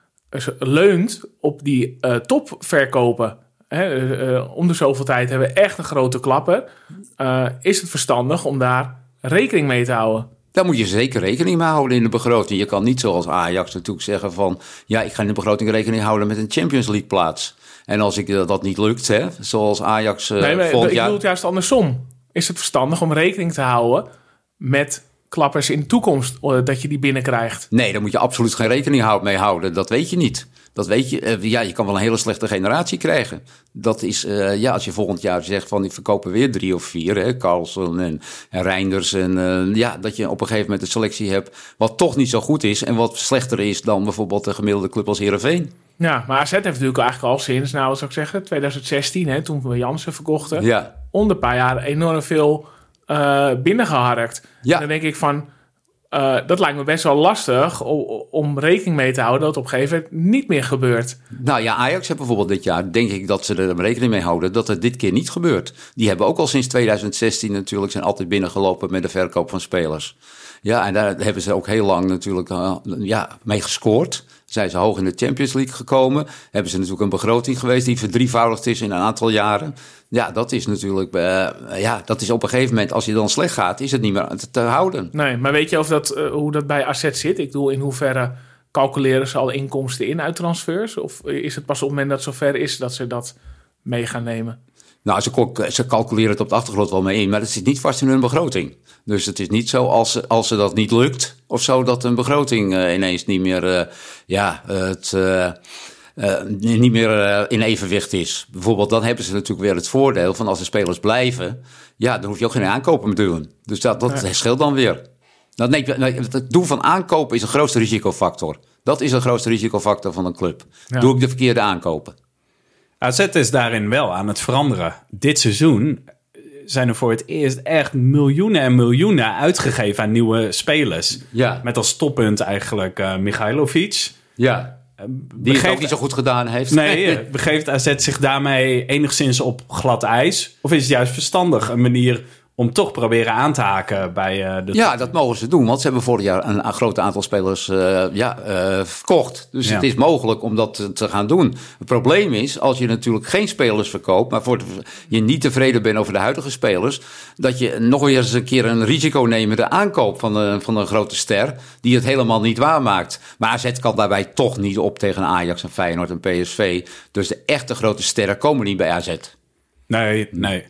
Leunt op die uh, topverkopen. Hè, uh, om de zoveel tijd hebben we echt een grote klapper. Uh, is het verstandig om daar rekening mee te houden? Daar moet je zeker rekening mee houden in de begroting. Je kan niet zoals Ajax natuurlijk zeggen van... ja, ik ga in de begroting rekening houden met een Champions League plaats. En als ik, uh, dat niet lukt, hè, zoals Ajax uh, nee, maar, volgend ik jaar... bedoel het juist andersom. Is het verstandig om rekening te houden met klappers in de toekomst, uh, dat je die binnenkrijgt? Nee, daar moet je absoluut geen rekening mee houden. Dat weet je niet. Dat weet je. Uh, ja, je kan wel een hele slechte generatie krijgen. Dat is, uh, ja, als je volgend jaar zegt van die verkopen weer drie of vier, hè, Carlsen en, en Reinders. En uh, ja, dat je op een gegeven moment een selectie hebt wat toch niet zo goed is en wat slechter is dan bijvoorbeeld de gemiddelde club als Heerenveen. Ja, maar A Z heeft natuurlijk eigenlijk al sinds, nou, wat zou ik zeggen, twintig zestien, hè, toen we Jansen verkochten, ja. onder een paar jaar enorm veel uh, binnengeharkt. Ja. En dan denk ik van, uh, dat lijkt me best wel lastig om, om rekening mee te houden dat het op een gegeven moment niet meer gebeurt. Nou ja, Ajax heeft bijvoorbeeld dit jaar, denk ik dat ze er rekening mee houden dat het dit keer niet gebeurt. Die hebben ook al sinds twintig zestien natuurlijk zijn altijd binnengelopen met de verkoop van spelers. Ja, en daar hebben ze ook heel lang natuurlijk uh, ja, mee gescoord. Zijn ze hoog in de Champions League gekomen. Hebben ze natuurlijk een begroting geweest die verdrievoudigd is in een aantal jaren. Ja, dat is natuurlijk... Uh, ja, dat is op een gegeven moment, als je dan slecht gaat, is het niet meer te, te houden. Nee, maar weet je of dat, uh, hoe dat bij A Z zit? Ik bedoel, in hoeverre calculeren ze al inkomsten in uit transfers? Of is het pas op het moment dat het zover is dat ze dat mee gaan nemen? Nou, ze, ze calculeren het op de achtergrond wel mee in, maar het zit niet vast in hun begroting. Dus het is niet zo als, als ze dat niet lukt of zo, dat een begroting uh, ineens niet meer, uh, ja, het, uh, uh, niet meer uh, in evenwicht is. Bijvoorbeeld, dan hebben ze natuurlijk weer het voordeel van als de spelers blijven, ja, dan hoef je ook geen aankopen meer te doen. Dus dat, dat ja. scheelt dan weer. Dat, nee, het doen van aankopen is de grootste risicofactor. Dat is de grootste risicofactor van een club. Ja. Doe ik de verkeerde aankopen. A Z is daarin wel aan het veranderen. Dit seizoen zijn er voor het eerst echt miljoenen en miljoenen uitgegeven aan nieuwe spelers. Ja. Met als toppunt eigenlijk uh, Mihailovic. Ja, die begeeft, het ook niet zo goed gedaan heeft. Nee, begeeft A Z zich daarmee enigszins op glad ijs? Of is het juist verstandig een manier om toch proberen aan te haken bij uh, de... Ja, dat mogen ze doen, want ze hebben vorig jaar een, een groot aantal spelers uh, ja, uh, verkocht. Dus ja. Het is mogelijk om dat te gaan doen. Het probleem is, als je natuurlijk geen spelers verkoopt, maar voor de, je niet tevreden bent over de huidige spelers, dat je nog weer eens een keer een risico neemt met de aankoop van, de, van een grote ster, die het helemaal niet waarmaakt. Maar A Z kan daarbij toch niet op tegen Ajax en Feyenoord en P S V. Dus de echte grote sterren komen niet bij A Z. Nee, nee.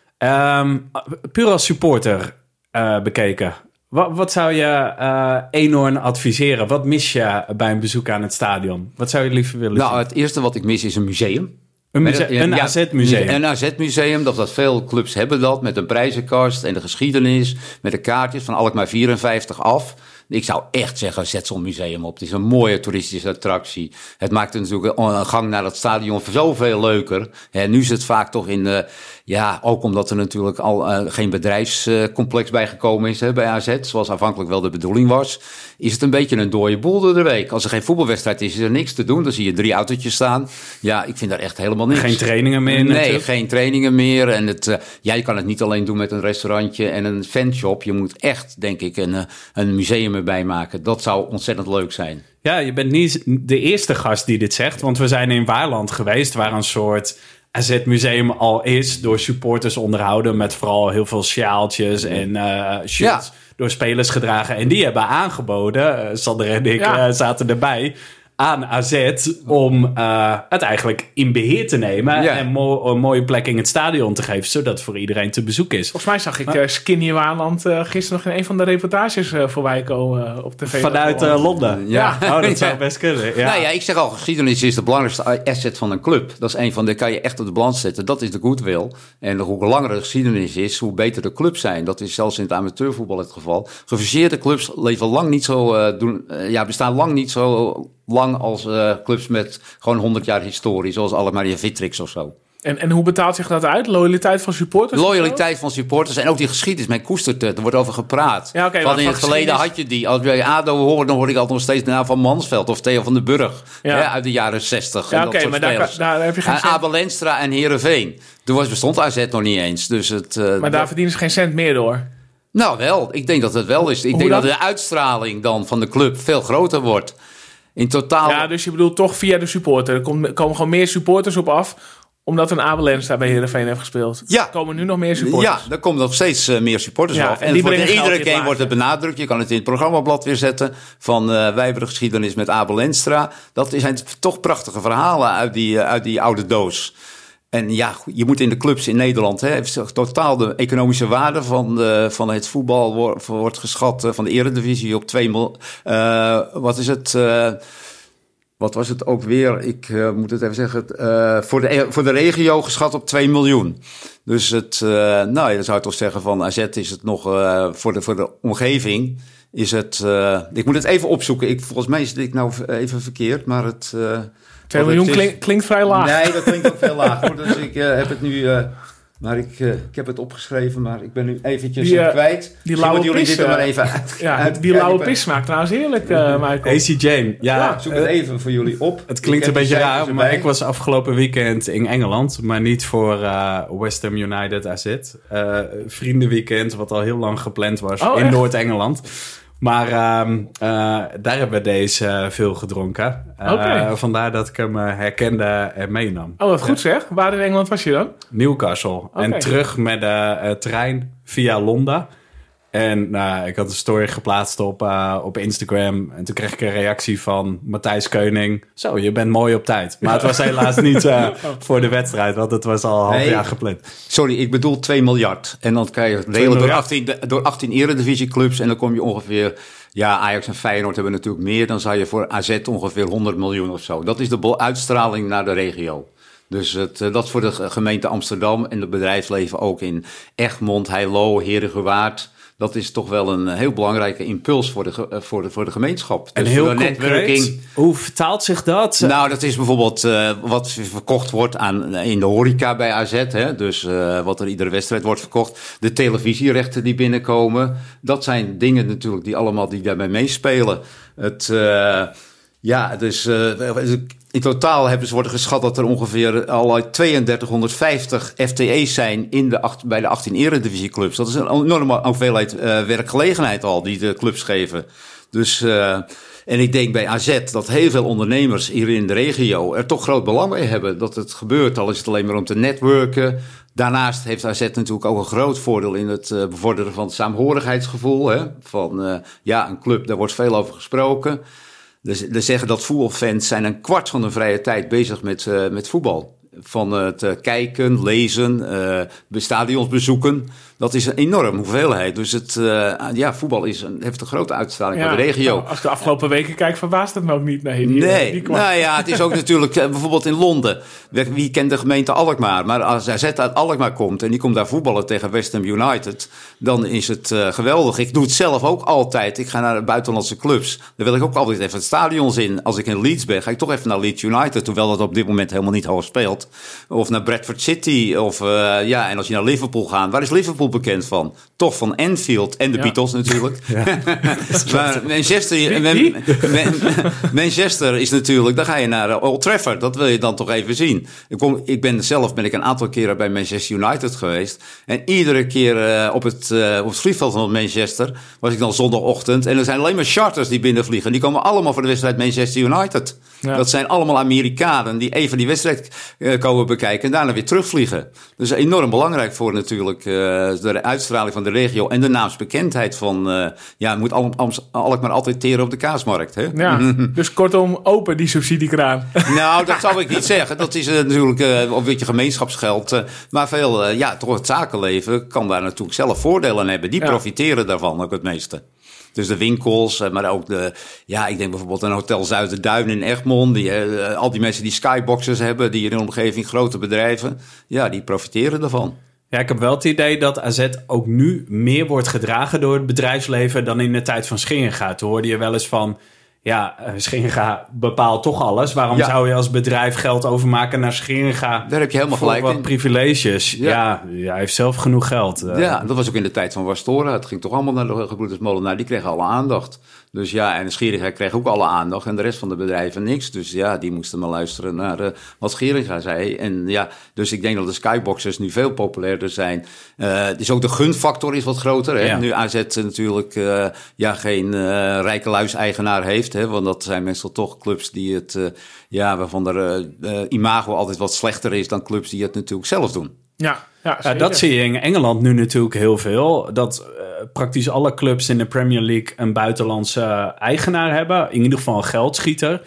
Um, puur als supporter uh, bekeken. Wat, wat zou je uh, enorm adviseren? Wat mis je bij een bezoek aan het stadion? Wat zou je liever willen nou, zien? Het eerste wat ik mis is een museum. Een, muse- een, een ja, A Z-museum? Een A Z-museum, dat, dat veel clubs hebben dat. Met een prijzenkast en de geschiedenis. Met de kaartjes van Alkmaar vierenvijftig af. Ik zou echt zeggen, zet zo'n museum op. Het is een mooie toeristische attractie. Het maakt natuurlijk een gang naar het stadion zoveel leuker. En nu is het vaak toch in de... Ja, ook omdat er natuurlijk al uh, geen bedrijfscomplex bijgekomen is hè, bij A Z. Zoals aanvankelijk wel de bedoeling was. Is het een beetje een dode boel door de week. Als er geen voetbalwedstrijd is, is er niks te doen. Dan zie je drie autootjes staan. Ja, ik vind daar echt helemaal niks. Geen trainingen meer? Nee, natuurlijk. geen trainingen meer. En het, uh, ja, je kan het niet alleen doen met een restaurantje en een fanshop. Je moet echt, denk ik, een, een museum erbij maken. Dat zou ontzettend leuk zijn. Ja, je bent niet de eerste gast die dit zegt. Want we zijn in Waarland geweest, waar een soort A Z-museum al is, door supporters onderhouden, met vooral heel veel sjaaltjes en uh, shirts ja. door spelers gedragen. En die hebben aangeboden, uh, Sander en ik ja. uh, zaten erbij, aan A Z om uh, het eigenlijk in beheer te nemen ja. en mo- een mooie plek in het stadion te geven, zodat het voor iedereen te bezoek is. Volgens mij zag ik uh, Skinny Waarland uh, gisteren nog in een van de reportages uh, voorbij komen uh, op tv. Vanuit uh, Londen? Ja. ja. Oh, dat zou best kunnen. Ja. Nou ja, ik zeg al, geschiedenis is de belangrijkste asset van een club. Dat is een van de, kan je echt op de balans zetten. Dat is de goodwill. En hoe langer de geschiedenis is, hoe beter de clubs zijn. Dat is zelfs in het amateurvoetbal het geval. Gefuseerde clubs leven lang niet zo, uh, doen, uh, ja, bestaan lang niet zo lang als uh, clubs met gewoon honderd jaar historie, zoals Alkmaar Vittrix of zo. En, en hoe betaalt zich dat uit? Loyaliteit van supporters? Loyaliteit van supporters en ook die geschiedenis. Men koestert het, er wordt over gepraat. Ja, okay, van in het verleden had je die. Als bij ADO hoor, dan hoor ik altijd nog steeds de naam van Mansveld of Theo van den Burg. Ja. Hè, uit de jaren zestig. Ja, oké, okay, maar daar, daar heb je geen en cent. Abel Enstra en Heerenveen. Toen was, bestond A Z nog niet eens. Dus het, uh, maar daar dat... verdienen ze geen cent meer door? Nou wel, ik denk dat het wel is. Ik Hoe denk dat? dat de uitstraling dan van de club veel groter wordt. In totaal... Ja, dus je bedoelt toch via de supporter. Er komen gewoon meer supporters op af... omdat een Abel Enstra bij Heerenveen heeft gespeeld. Ja. Er komen nu nog meer supporters. Ja, er komen nog steeds uh, meer supporters ja, af. En, en die voor de, iedere keer in wordt het benadrukt. Je kan het in het programmablad weer zetten. Van uh, wij hebben de geschiedenis met Abel Enstra. Dat zijn toch prachtige verhalen uit die, uh, uit die oude doos. En ja, je moet in de clubs in Nederland... Hè, totaal de economische waarde van, de, van het voetbal wordt, wordt geschat... Uh, van de Eredivisie op twee miljoen... Uh, wat is het... Uh, Wat was het ook weer? Ik uh, moet het even zeggen. Uh, voor, de, voor de regio geschat op twee miljoen. Dus het, uh, nou, dan zou ik toch zeggen van A Z is het nog uh, voor, de, voor de omgeving. Is het. Uh, ik moet het even opzoeken. Ik, volgens mij zit ik nou even verkeerd, maar het. Uh, twee miljoen klink, klinkt vrij laag. Nee, dat klinkt ook veel laag. Hoor. Dus ik uh, heb het nu. Uh, Maar ik, uh, ik heb het opgeschreven, maar ik ben nu eventjes die, uh, kwijt. Die lauwe jullie pis, dit er maar even uit. Ja, uit, die lauwe pis smaakt trouwens heerlijk, uh, Michael. A C Jane. Ja, ja, zoek het uh, even voor jullie op. Het klinkt een beetje raar, erbij. Maar ik was afgelopen weekend in Engeland. Maar niet voor uh, West Ham United A Z. Uh, vriendenweekend, wat al heel lang gepland was oh, in echt? Noord-Engeland. Maar uh, uh, daar hebben we deze uh, veel gedronken. Uh, okay. Vandaar dat ik hem uh, herkende en meenam. Oh, wat goed zeg. Waar in Engeland was je dan? Newcastle. Okay. En terug met de uh, trein via Londen. En uh, ik had een story geplaatst op, uh, op Instagram. En toen kreeg ik een reactie van Matthijs Keuning. Zo, je bent mooi op tijd. Maar het was helaas niet uh, voor de wedstrijd. Want het was al een half nee, jaar gepland. Sorry, ik bedoel twee miljard. En dan krijg je het delen door achttien, door achttien eredivisieclubs. En dan kom je ongeveer... Ja, Ajax en Feyenoord hebben natuurlijk meer. Dan zou je voor A Z ongeveer honderd miljoen of zo. Dat is de uitstraling naar de regio. Dus het, dat is voor de gemeente Amsterdam en het bedrijfsleven ook in Egmond, Heilo, Heerhugowaard. Dat is toch wel een heel belangrijke impuls voor de, voor de, voor de gemeenschap. En dus heel concreet, hoe vertaalt zich dat? Nou, dat is bijvoorbeeld uh, wat verkocht wordt aan, in de horeca bij A Z. Hè? Dus uh, wat er iedere wedstrijd wordt verkocht. De televisierechten die binnenkomen. Dat zijn dingen natuurlijk die allemaal die daarbij meespelen. Het... Uh, Ja, dus uh, in totaal hebben ze worden geschat dat er ongeveer al tweeëndertighonderdvijftig F T E's zijn in de acht, bij de achttien eredivisieclubs. Dat is een enorme hoeveelheid uh, werkgelegenheid al die de clubs geven. Dus, uh, en ik denk bij A Z dat heel veel ondernemers hier in de regio er toch groot belang bij hebben dat het gebeurt. Al is het alleen maar om te netwerken. Daarnaast heeft A Z natuurlijk ook een groot voordeel in het uh, bevorderen van het saamhorigheidsgevoel. Hè? Van uh, ja, een club, daar wordt veel over gesproken. Dus ze zeggen dat voetbalfans zijn een kwart van hun vrije tijd bezig met, uh, met voetbal. Van het uh, kijken, lezen, uh, stadions bezoeken. Dat is een enorme hoeveelheid. Dus het, uh, ja, voetbal is een, heeft een grote uitstraling ja, voor de regio. Nou, als ik de afgelopen weken kijk, verbaast het me ook niet. Nee, die, nee die nou ja, het is ook natuurlijk uh, bijvoorbeeld in Londen. Wie kent de gemeente Alkmaar? Maar als A Z uit Alkmaar komt en die komt daar voetballen tegen West Ham United, dan is het uh, geweldig. Ik doe het zelf ook altijd. Ik ga naar de buitenlandse clubs. Dan wil ik ook altijd even het stadions in. Als ik in Leeds ben, ga ik toch even naar Leeds United, hoewel dat op dit moment helemaal niet hoog speelt. Of naar Bradford City. Of, uh, ja, en als je naar Liverpool gaat, waar is Liverpool bekend van? Toch van Anfield en de ja. Beatles natuurlijk. Ja. Maar Manchester, Man, Man, Manchester is natuurlijk, dan ga je naar Old Trafford. Dat wil je dan toch even zien. Ik, kom, ik ben zelf ben ik een aantal keren bij Manchester United geweest. En iedere keer uh, op, het, uh, op het vliegveld van Manchester was ik dan zondagochtend. En er zijn alleen maar charters die binnenvliegen. Die komen allemaal voor de wedstrijd Manchester United. Ja. Dat zijn allemaal Amerikanen die even die wedstrijd uh, komen bekijken en daarna weer terugvliegen. Dus enorm belangrijk voor natuurlijk uh, de uitstraling van de regio en de naamsbekendheid van, uh, ja, moet Alkmaar altijd teren op de kaasmarkt. Hè? Ja, dus kortom, open die subsidiekraan. Nou, dat zou ik niet zeggen. Dat is uh, natuurlijk uh, een beetje gemeenschapsgeld. Uh, maar veel, uh, ja, toch het zakenleven kan daar natuurlijk zelf voordelen aan hebben. Die ja. profiteren daarvan ook het meeste. Dus de winkels, maar ook de, ja, ik denk bijvoorbeeld een Hotel Zuiderduin in Egmond. Die, uh, al die mensen die skyboxes hebben, die in de omgeving grote bedrijven, ja, die profiteren daarvan. Ja, ik heb wel het idee dat A Z ook nu meer wordt gedragen door het bedrijfsleven dan in de tijd van Scheringa. Toen hoorde je wel eens van, ja, Scheringa bepaalt toch alles. Waarom Ja. zou je als bedrijf geld overmaken naar Scheringa? Daar heb je helemaal voor gelijk wat in. privileges. Ja. Ja. Ja, hij heeft zelf genoeg geld. Uh, Ja, dat was ook in de tijd van Wastora. Het ging toch allemaal naar de gebroeders Molenaar. Die kregen alle aandacht. Dus ja, en Scheringa kreeg ook alle aandacht. En de rest van de bedrijven niks. Dus ja, die moesten maar luisteren naar uh, wat Scheringa zei. En ja, dus ik denk dat de skyboxers nu veel populairder zijn. Uh, dus ook de gunfactor is wat groter. Hè? Ja. Nu A Z natuurlijk uh, ja, geen uh, rijke luis-eigenaar heeft. Hè? Want dat zijn meestal toch clubs die het... Uh, ja, waarvan de uh, uh, imago altijd wat slechter is dan clubs die het natuurlijk zelf doen. Ja, ja, Uh, zeker. dat zie je in Engeland nu natuurlijk heel veel. Dat uh, praktisch alle clubs in de Premier League een buitenlandse eigenaar hebben. In ieder geval een geldschieter.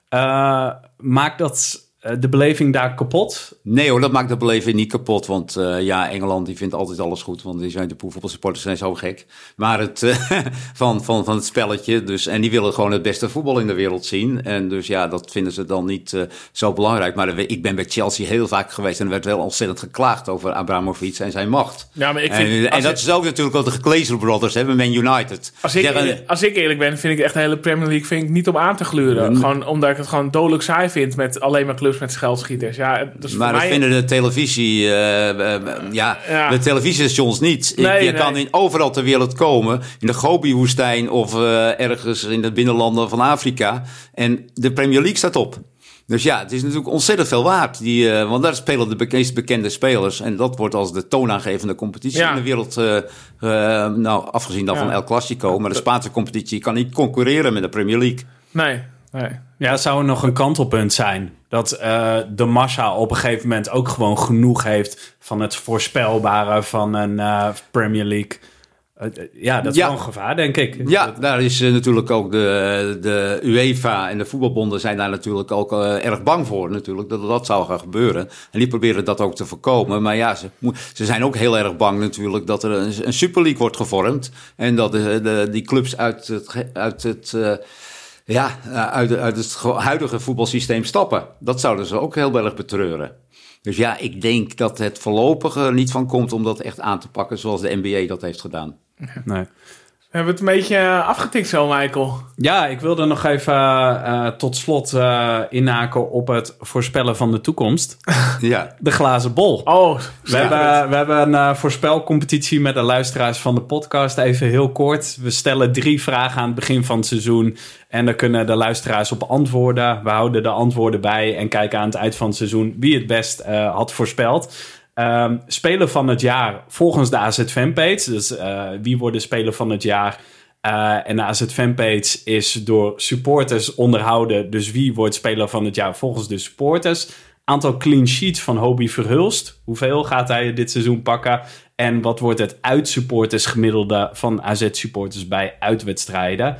Uh, maakt dat uh, de beleving daar kapot? Nee hoor, dat maakt de beleving niet kapot. Want uh, ja, Engeland die vindt altijd alles goed. Want die zijn de voetbalsupporters zijn zo gek. Maar het uh, van, van, van het spelletje. Dus, en die willen gewoon het beste voetbal in de wereld zien. En dus ja, dat vinden ze dan niet uh, zo belangrijk. Maar ik ben bij Chelsea heel vaak geweest. En er werd wel ontzettend geklaagd over Abramovich en zijn macht. Ja, maar ik vind, en en als dat ik- is ook natuurlijk wat de Glazer Brothers hebben, Man United. Als ik, Zeggen- eerlijk, als ik eerlijk ben, vind ik echt de hele Premier League vind ik niet om aan te gluren. Nee. Gewoon omdat ik het gewoon dodelijk saai vind met alleen maar clubs met geldschieters. Ja, dus Maar voor dat mij... vinden de televisie, uh, uh, ja, Ja. de televisiestations niet. Ik- Nee, je nee. kan in overal ter wereld komen, in de Gobi-woestijn of uh, ergens in de binnenlanden van Afrika. En de Premier League staat op. Dus ja, het is natuurlijk ontzettend veel waard. Die, uh, want daar spelen de be- meest bekende spelers. En dat wordt als de toonaangevende competitie Ja. in de wereld. Uh, uh, nou, afgezien dan Ja. van El Clasico. Maar de Spaanse competitie kan niet concurreren met de Premier League. Nee, nee. Ja, zou er nog een kantelpunt zijn? Dat uh, de massa op een gegeven moment ook gewoon genoeg heeft van het voorspelbare van een uh, Premier League. Uh, uh, ja, dat is Ja. wel een gevaar, denk ik. Ja, Dat- daar is uh, natuurlijk ook de, de UEFA en de voetbalbonden zijn daar natuurlijk ook uh, erg bang voor natuurlijk, dat dat zou gaan gebeuren. En die proberen dat ook te voorkomen. Maar ja, ze, mo- ze zijn ook heel erg bang natuurlijk dat er een, een Super League wordt gevormd. En dat de, de, die clubs uit het, ge- uit het, uh, ja, uh, uit, uit het ge- huidige voetbalsysteem stappen. Dat zouden ze ook heel erg betreuren. Dus ja, ik denk dat het voorlopig er niet van komt om dat echt aan te pakken zoals de N B A dat heeft gedaan. Nee. We hebben het een beetje uh, afgetikt zo, Michael. Ja, ik wilde nog even uh, tot slot uh, inhaken op het voorspellen van de toekomst. Ja. De glazen bol. Oh, We hebben, we hebben een uh, voorspelcompetitie met de luisteraars van de podcast. Even heel kort. We stellen drie vragen aan het begin van het seizoen. En daar kunnen de luisteraars op antwoorden. We houden de antwoorden bij en kijken aan het eind van het seizoen wie het best uh, had voorspeld. Um, speler van het jaar volgens de A Z fanpage. Dus uh, wie wordt de speler van het jaar? Uh, en de A Z fanpage is door supporters onderhouden. Dus wie wordt speler van het jaar volgens de supporters? Aantal clean sheets van Hobie Verhulst. Hoeveel gaat hij dit seizoen pakken? En wat wordt het uitsupportersgemiddelde van A Z-supporters bij uitwedstrijden?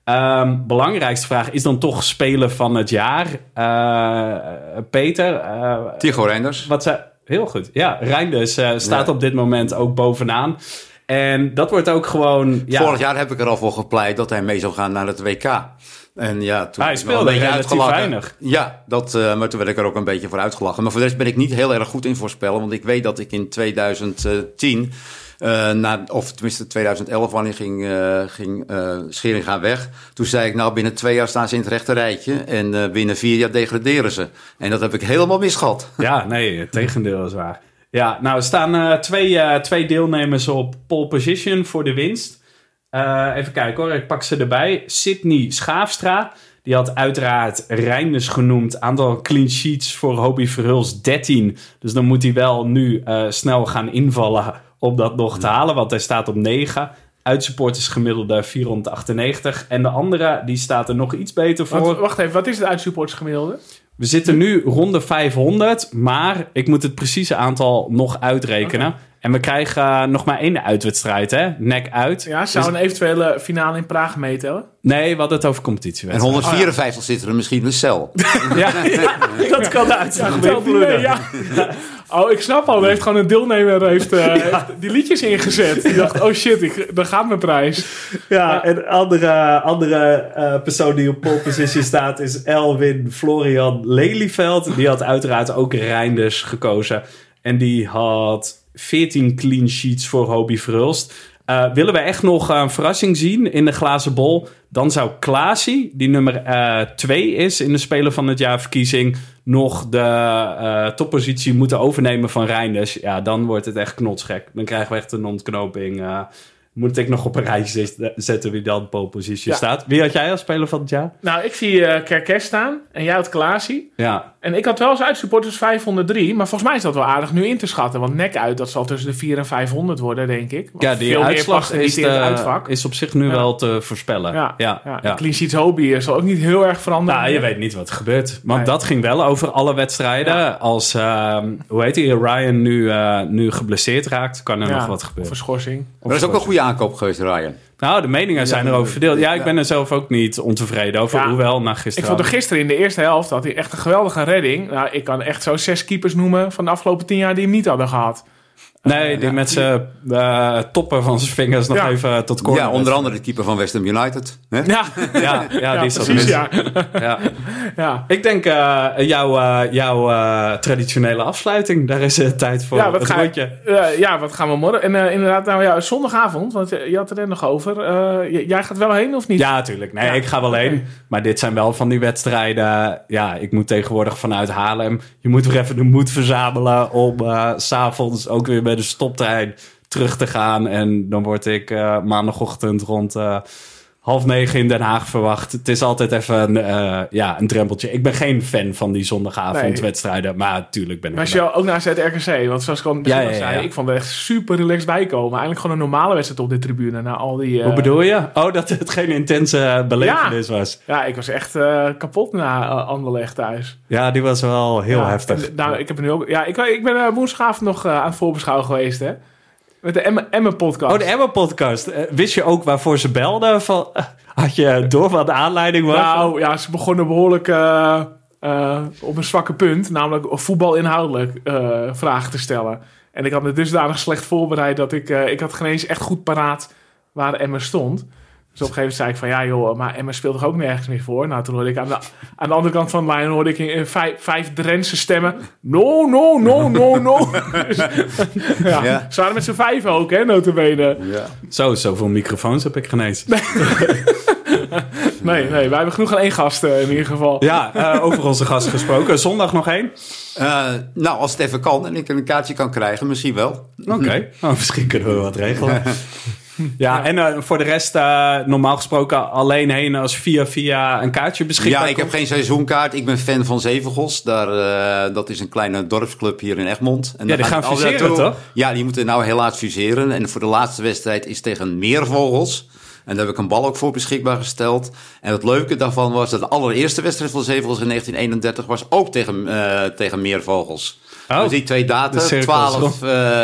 Um, belangrijkste vraag is dan toch speler van het jaar. Uh, Peter? Uh, Tigo Reinders. Wat zei... Heel goed. Ja, Reinders uh, staat Ja. op dit moment ook bovenaan. En dat wordt ook gewoon... Ja, Vorig jaar heb ik er al voor gepleit dat hij mee zou gaan naar het W K. En ja, toen Hij werd ik wel speelde een beetje relatief uitgelachen. weinig. Ja, dat, uh, maar toen werd ik er ook een beetje voor uitgelachen. Maar voor de rest ben ik niet heel erg goed in voorspellen. Want ik weet dat ik in tweeduizend tien... Uh, na, of tenminste tweeduizend elf, wanneer ging, uh, ging uh, Scheringa weg. Toen zei ik, nou binnen twee jaar staan ze in het rechte rijtje. En uh, binnen vier jaar degraderen ze. En dat heb ik helemaal misgehad. Ja, nee, het tegendeel is waar. Ja, nou, er staan uh, twee, uh, twee deelnemers op pole position voor de winst. Uh, even kijken hoor, ik pak ze erbij. Sydney Schaafstra, die had uiteraard Reinders genoemd. Aantal clean sheets voor Hobie Verhulst dertien. Dus dan moet hij wel nu uh, snel gaan invallen om dat nog te halen, want hij staat op negen. Uitsupporters gemiddelde vierhonderdachtennegentig. En de andere, die staat er nog iets beter voor. Wat, wacht even, wat is het uitsupporters gemiddelde? We zitten nu rond de vijfhonderd, maar ik moet het precieze aantal nog uitrekenen. Okay. En we krijgen uh, nog maar één uitwedstrijd, hè? Nek uit. Ja, zou dus... een eventuele finale in Praag meetellen? Nee, we hadden het over competitiewedstrijd. En honderdvierenvijftig oh, ja. zitten er misschien in de cel. ja, ja, dat kan de uitslag beïnvloeden. Ja. Oh, ik snap al. Er heeft gewoon een deelnemer heeft, uh, ja. heeft die liedjes ingezet. Die dacht, oh shit, ik, daar gaat mijn prijs. Ja, ja. En andere, andere uh, persoon die op pole position staat is Elwin Florian Lelyveld. Die had uiteraard ook Reinders gekozen. En die had veertien clean sheets voor Hobie Verhulst. Uh, willen we echt nog een verrassing zien in de glazen bol? Dan zou Klaasie, die nummer uh, twee is in de Speler van het Jaar verkiezing, nog de uh, toppositie moeten overnemen van Reinders. Ja, dan wordt het echt knotsgek. Dan krijgen we echt een ontknoping. Uh, moet ik nog op een rijtje zetten wie dan pole position ja. staat. Wie had jij als Speler van het Jaar? Nou, ik zie uh, Kerkes staan en jij had Klaasie. Ja. En ik had wel eens uit supporters vijfhonderddrie, maar volgens mij is dat wel aardig nu in te schatten. Want nek uit, dat zal tussen de vierhonderd en vijfhonderd worden, denk ik. Want ja, die veel uitslag meer is, in het uitvak. is op zich nu ja. wel te voorspellen. Ja, ja, ja. ja. Clean Sheets Hobie zal ook niet heel erg veranderen. Nou, je weet niet wat er gebeurt. Want nee. dat ging wel over alle wedstrijden. Ja. Als, uh, hoe heet hij, Ryan nu, uh, nu geblesseerd raakt, kan er ja, nog wat gebeuren. Of verschorsing. Of maar dat is ook een goede aankoop geweest, Ryan. Nou, de meningen ja, zijn erover verdeeld. Ja, ik ben er zelf ook niet ontevreden over. Ja, hoewel, na gisteren... Ik vond er gisteren in de eerste helft had hij echt een geweldige redding. Nou, ik kan echt zo zes keepers noemen van de afgelopen tien jaar die hem niet hadden gehad. Nee, die ja, met zijn uh, toppen van zijn vingers nog ja. even tot corner. Ja, onder andere de keeper van West Ham United. Hè? Ja, ja, ja, ja, die is precies, ja. ja. ja. Ik denk uh, jouw, uh, jouw uh, traditionele afsluiting. Daar is uh, tijd voor. Ja, wat, het ga rondje. Uh, ja, wat gaan we morgen? En uh, inderdaad, nou ja, zondagavond, want je had het er nog over. Uh, jij gaat wel heen of niet? Ja, tuurlijk. Nee, ja. ik ga wel heen. Okay. Maar dit zijn wel van die wedstrijden. Ja, ik moet tegenwoordig vanuit Haarlem. Je moet weer even de moed verzamelen om uh, 's avonds ook weer bij de stoptrein terug te gaan. En dan word ik uh, maandagochtend rond uh, half negen in Den Haag verwacht. Het is altijd even een, uh, ja, een drempeltje. Ik ben geen fan van die zondagavondwedstrijden. Nee. Maar natuurlijk ben ik Maar als je ook naar Z R K C, want zoals ik al ja, ja, ja, zei, ja. ik vond het echt super relaxed bijkomen. Eigenlijk gewoon een normale wedstrijd op de tribune. Na al die, uh... Hoe bedoel je? Oh, dat het geen intense belevenis ja. was. Ja, ik was echt uh, kapot na uh, Anderlecht thuis. Ja, die was wel heel ja, heftig. En, nou, ik heb nu ook. Ja, ik, ik ben uh, woensdagavond nog uh, aan het voorbeschouwen geweest, hè. Met de Emmen-podcast. Oh, de Emmen-podcast. Uh, wist je ook waarvoor ze belden? Van, uh, had je door wat de aanleiding was? Nou, ja, ze begonnen behoorlijk uh, uh, op een zwakke punt. Namelijk voetbalinhoudelijk uh, vragen te stellen. En ik had me dusdanig slecht voorbereid dat ik... Uh, ik had geen eens echt goed paraat waar Emmen stond. Dus op een gegeven moment zei ik van... Ja joh, maar Emmen speelt toch ook nergens meer voor? Nou, toen hoorde ik aan de, aan de andere kant van de lijn... hoorde ik in vijf, vijf Drentse stemmen... No, no, no, no, no. Dus, ja, ja. Ze waren met z'n vijf ook, hè, notabene. Ja. Zo, zoveel microfoons heb ik genezen. nee, nee, wij hebben genoeg aan één gast uh, in ieder geval. Ja, uh, over onze gast gesproken. Zondag nog één? Uh, nou, als het even kan en ik een kaartje kan krijgen, misschien wel. Oké, okay. oh, misschien kunnen we wat regelen. Ja, ja, en uh, voor de rest uh, normaal gesproken alleen heen als via via een kaartje beschikbaar. Ja, ik heb geen seizoenkaart. Ik ben fan van Zevengels. Daar, uh, dat is een kleine dorpsclub hier in Egmond. En ja, die gaan fuseren, toch? Ja, die moeten nou helaas fuseren. En voor de laatste wedstrijd is tegen Meervogels. En daar heb ik een bal ook voor beschikbaar gesteld. En het leuke daarvan was dat de allereerste wedstrijd van Zevengels in negentien eenendertig was ook tegen, uh, tegen Meervogels. Oh, dus die twee data, twaalf,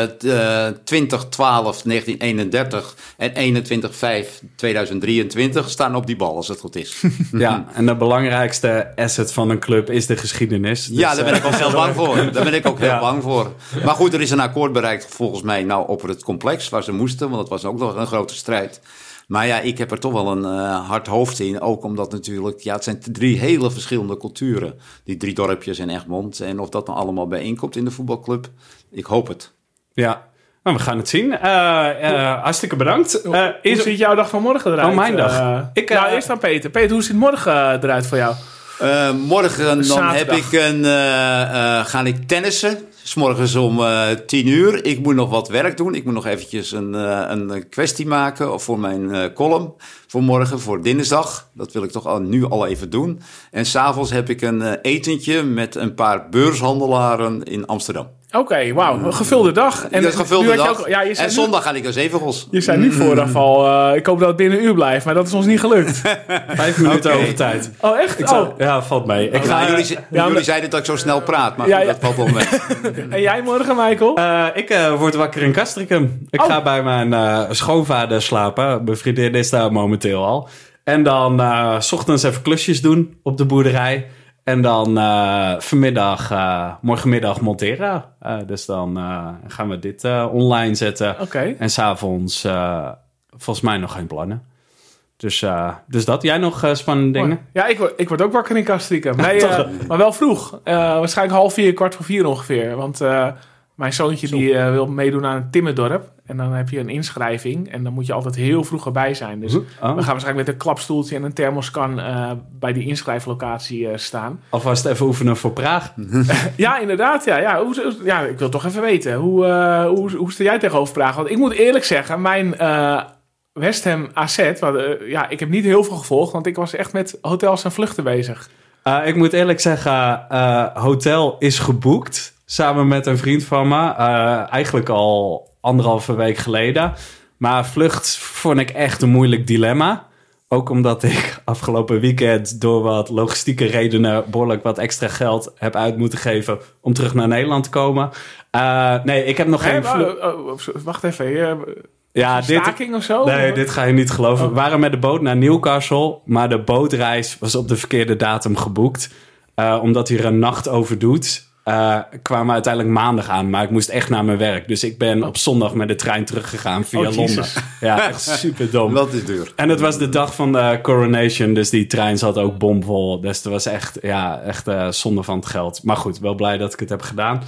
uh, twintig twaalf negentien eenendertig en eenentwintig vijf tweeduizend drieëntwintig staan op die bal, als het goed is. Ja, en de belangrijkste asset van een club is de geschiedenis. Dus, ja, daar ben ik ook heel bang voor. Daar ben ik ook heel ja. bang voor. Maar goed, er is een akkoord bereikt volgens mij nou op het complex waar ze moesten, want dat was ook nog een grote strijd. Maar ja, ik heb er toch wel een uh, hard hoofd in. Ook omdat natuurlijk, ja, het zijn drie hele verschillende culturen. Die drie dorpjes in Egmond. En of dat dan allemaal bijeenkomt in de voetbalclub, ik hoop het. Ja, nou, we gaan het zien. Uh, uh, hartstikke bedankt. Uh, hoe is... ziet jouw dag van morgen eruit? Oh, mijn dag. Uh, ik, uh, nou, eerst aan Peter. Peter, hoe ziet morgen uh, eruit voor jou? Uh, morgen dan Zaterdag. heb ik een, uh, uh, ga ik tennissen. 's Morgens om uh, tien uur. Ik moet nog wat werk doen. Ik moet nog eventjes een, uh, een kwestie maken voor mijn uh, column. Voor morgen, voor dinsdag. Dat wil ik toch al, nu al even doen. En 's avonds heb ik een uh, etentje met een paar beurshandelaren in Amsterdam. Oké, okay, wauw. Een gevulde dag. En een gevulde dag. Ook, ja, en nu, zondag ga ik naar Zevengels. Je zei nu vooraf al, uh, ik hoop dat het binnen een uur blijft. Maar dat is ons niet gelukt. Vijf minuten okay. over tijd. Oh, echt? Zou, oh. Ja, valt mee. Ik ga, nou, jullie ja, jullie zeiden dat ik zo snel praat, maar ja, ja. dat valt wel mee. En jij morgen, Michael? Uh, ik uh, word wakker in Castricum. Ik oh. ga bij mijn uh, schoonvader slapen. Mijn vriendin is daar momenteel al. En dan uh, 's ochtends even klusjes doen op de boerderij. En dan uh, vanmiddag, uh, morgenmiddag monteren. Uh, dus dan uh, gaan we dit uh, online zetten. Okay. En 's avonds uh, volgens mij nog geen plannen. Dus, uh, dus dat. Jij nog uh, spannende dingen? Ja, ik word, ik word ook wakker in Castricum. Nee, uh, maar wel vroeg. Uh, waarschijnlijk half vier, kwart voor vier ongeveer. Want uh, Mijn zoontje die uh, wil meedoen aan een timmerdorp. En dan heb je een inschrijving. En dan moet je altijd heel vroeg erbij zijn. Dus oh. we gaan waarschijnlijk met een klapstoeltje en een thermoskan uh, bij die inschrijflocatie uh, staan. Alvast even oefenen voor Praag. Ja, inderdaad. Ja, ja, hoe, ja, ik wil toch even weten. Hoe, uh, hoe, hoe sta jij tegenover Praag? Want ik moet eerlijk zeggen, mijn uh, West Ham A Z... Wat, uh, ja, ik heb niet heel veel gevolgd. Want ik was echt met hotels en vluchten bezig. Uh, ik moet eerlijk zeggen, uh, hotel is geboekt... Samen met een vriend van me. Uh, eigenlijk al anderhalve week geleden. Maar vlucht vond ik echt een moeilijk dilemma. Ook omdat ik afgelopen weekend door wat logistieke redenen... behoorlijk wat extra geld heb uit moeten geven... om terug naar Nederland te komen. Uh, nee, ik heb nog nee, geen... Maar, vlucht... uh, uh, wacht even. Uh, ja, staking dit, of zo? Nee, dit ga je niet geloven. Oh. We waren met de boot naar Newcastle... maar de bootreis was op de verkeerde datum geboekt. Uh, omdat hij er een nacht over doet... Uh, kwamen uiteindelijk maandag aan, maar ik moest echt naar mijn werk. Dus ik ben op zondag met de trein teruggegaan via oh, Londen. Ja, echt super dom. Dat is duur. En het was de dag van de coronation, dus die trein zat ook bomvol. Dus het was echt, ja, echt uh, zonde van het geld. Maar goed, wel blij dat ik het heb gedaan.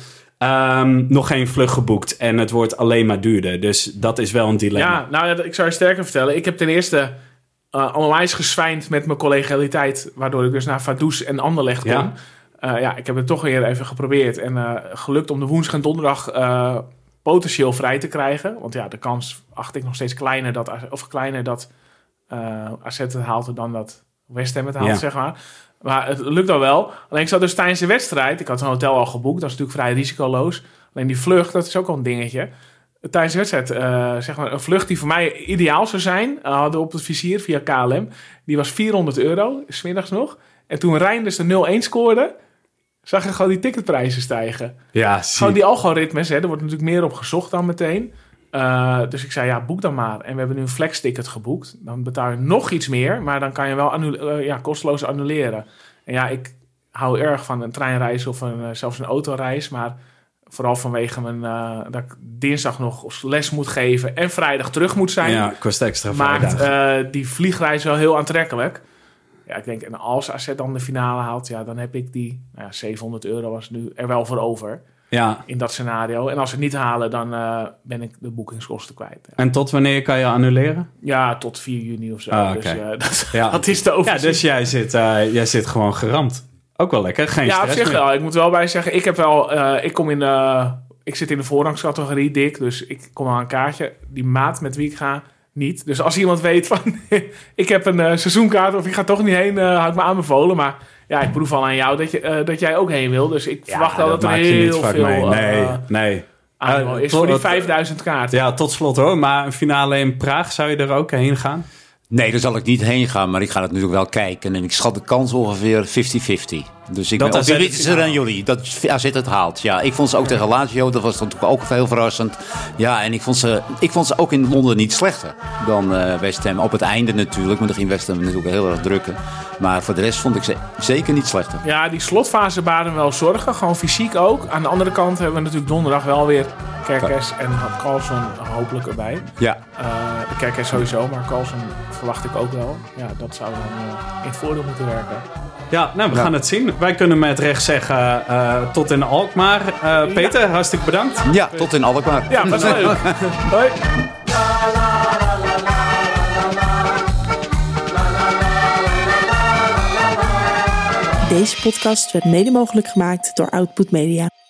Um, nog geen vlucht geboekt en het wordt alleen maar duurder. Dus dat is wel een dilemma. Ja, nou, ik zou je sterker vertellen. Ik heb ten eerste uh, onwijs geswijnd met mijn collegialiteit, waardoor ik dus naar Vaduz en Anderlecht kon. Ja. Uh, ja, ik heb het toch weer even geprobeerd. En uh, gelukt om de woensdag en donderdag uh, potentieel vrij te krijgen. Want ja, de kans acht ik nog steeds kleiner dat, of kleiner dat uh, A Z het haalt dan dat West Ham het haalt, ja. zeg maar. Maar het lukt al wel. Alleen ik zat dus tijdens de wedstrijd. Ik had een hotel al geboekt. Dat is natuurlijk vrij risicoloos. Alleen die vlucht, dat is ook al een dingetje. Tijdens de wedstrijd, uh, zeg maar, een vlucht die voor mij ideaal zou zijn. Uh, hadden we op het vizier via K L M. Die was vierhonderd euro, 's middags nog. En toen Reinders de nul een scoorde... zag je gewoon die ticketprijzen stijgen. Ja, zie. Gewoon die algoritmes, hè, er wordt natuurlijk meer op gezocht dan meteen. Uh, dus ik zei, ja, boek dan maar. En we hebben nu een flex-ticket geboekt. Dan betaal je nog iets meer, maar dan kan je wel annule- uh, ja, kosteloos annuleren. En ja, ik hou erg van een treinreis of een, uh, zelfs een autoreis. Maar vooral vanwege mijn, uh, dat ik dinsdag nog les moet geven en vrijdag terug moet zijn. Ja, kost extra vrijdag. Maakt uh, die vliegreis wel heel aantrekkelijk. Ja, ik denk, en als A Z dan de finale haalt, ja, dan heb ik die nou ja, zevenhonderd euro was nu er wel voor over. Ja. In dat scenario. En als ze het niet halen, dan uh, ben ik de boekingskosten kwijt. Ja. En tot wanneer kan je annuleren? Ja, tot vier juni of zo. Ah, dus okay. uh, dat, ja. dat is te overzien. Ja, dus jij zit, uh, jij zit gewoon geramd. Ook wel lekker, geen ja, stress op zich meer. wel. Ik moet wel bij zeggen, ik heb wel, uh, ik kom in de, ik zit in de voorrangscategorie dik, dus ik kom aan een kaartje. Die maat met wie ik ga, niet. Dus als iemand weet van, ik heb een uh, seizoenkaart of ik ga toch niet heen, uh, hou ik me aanbevolen. Maar ja, ik proef al aan jou dat, je, uh, dat jij ook heen wil. Dus ik ja, verwacht wel dat, dat er heel veel mee. Nee, uh, nee. Uh, is voor die vijfduizend kaarten. Ja, tot slot hoor. Maar een finale in Praag, zou je er ook heen gaan? Nee, daar zal ik niet heen gaan, maar ik ga natuurlijk wel kijken. En ik schat de kans ongeveer vijftig vijftig. Dus ik dat ben optimistischer dan jullie. Dat A Z het haalt. Ja, ik vond ze ook tegen Lazio, dat was natuurlijk ook heel verrassend. Ja, en ik vond ze, ik vond ze ook in Londen niet slechter dan uh, West Ham. Op het einde natuurlijk, want dan ging West Ham natuurlijk heel erg drukken. Maar voor de rest vond ik ze zeker niet slechter. Ja, die slotfase baden wel zorgen. Gewoon fysiek ook. Aan de andere kant hebben we natuurlijk donderdag wel weer Kerkers en Carlson hopelijk erbij. Ja. Uh, de Kerkers sowieso, maar Carlson verwacht ik ook wel. Ja, dat zou dan uh, in het voordeel moeten werken. Ja, nou, we ja. gaan het zien. Wij kunnen met recht zeggen uh, tot in Alkmaar. Uh, Peter, ja. hartstikke bedankt. Ja, tot in Alkmaar. Ja, dat is leuk. Hoi. Deze podcast werd mede mogelijk gemaakt door Output Media.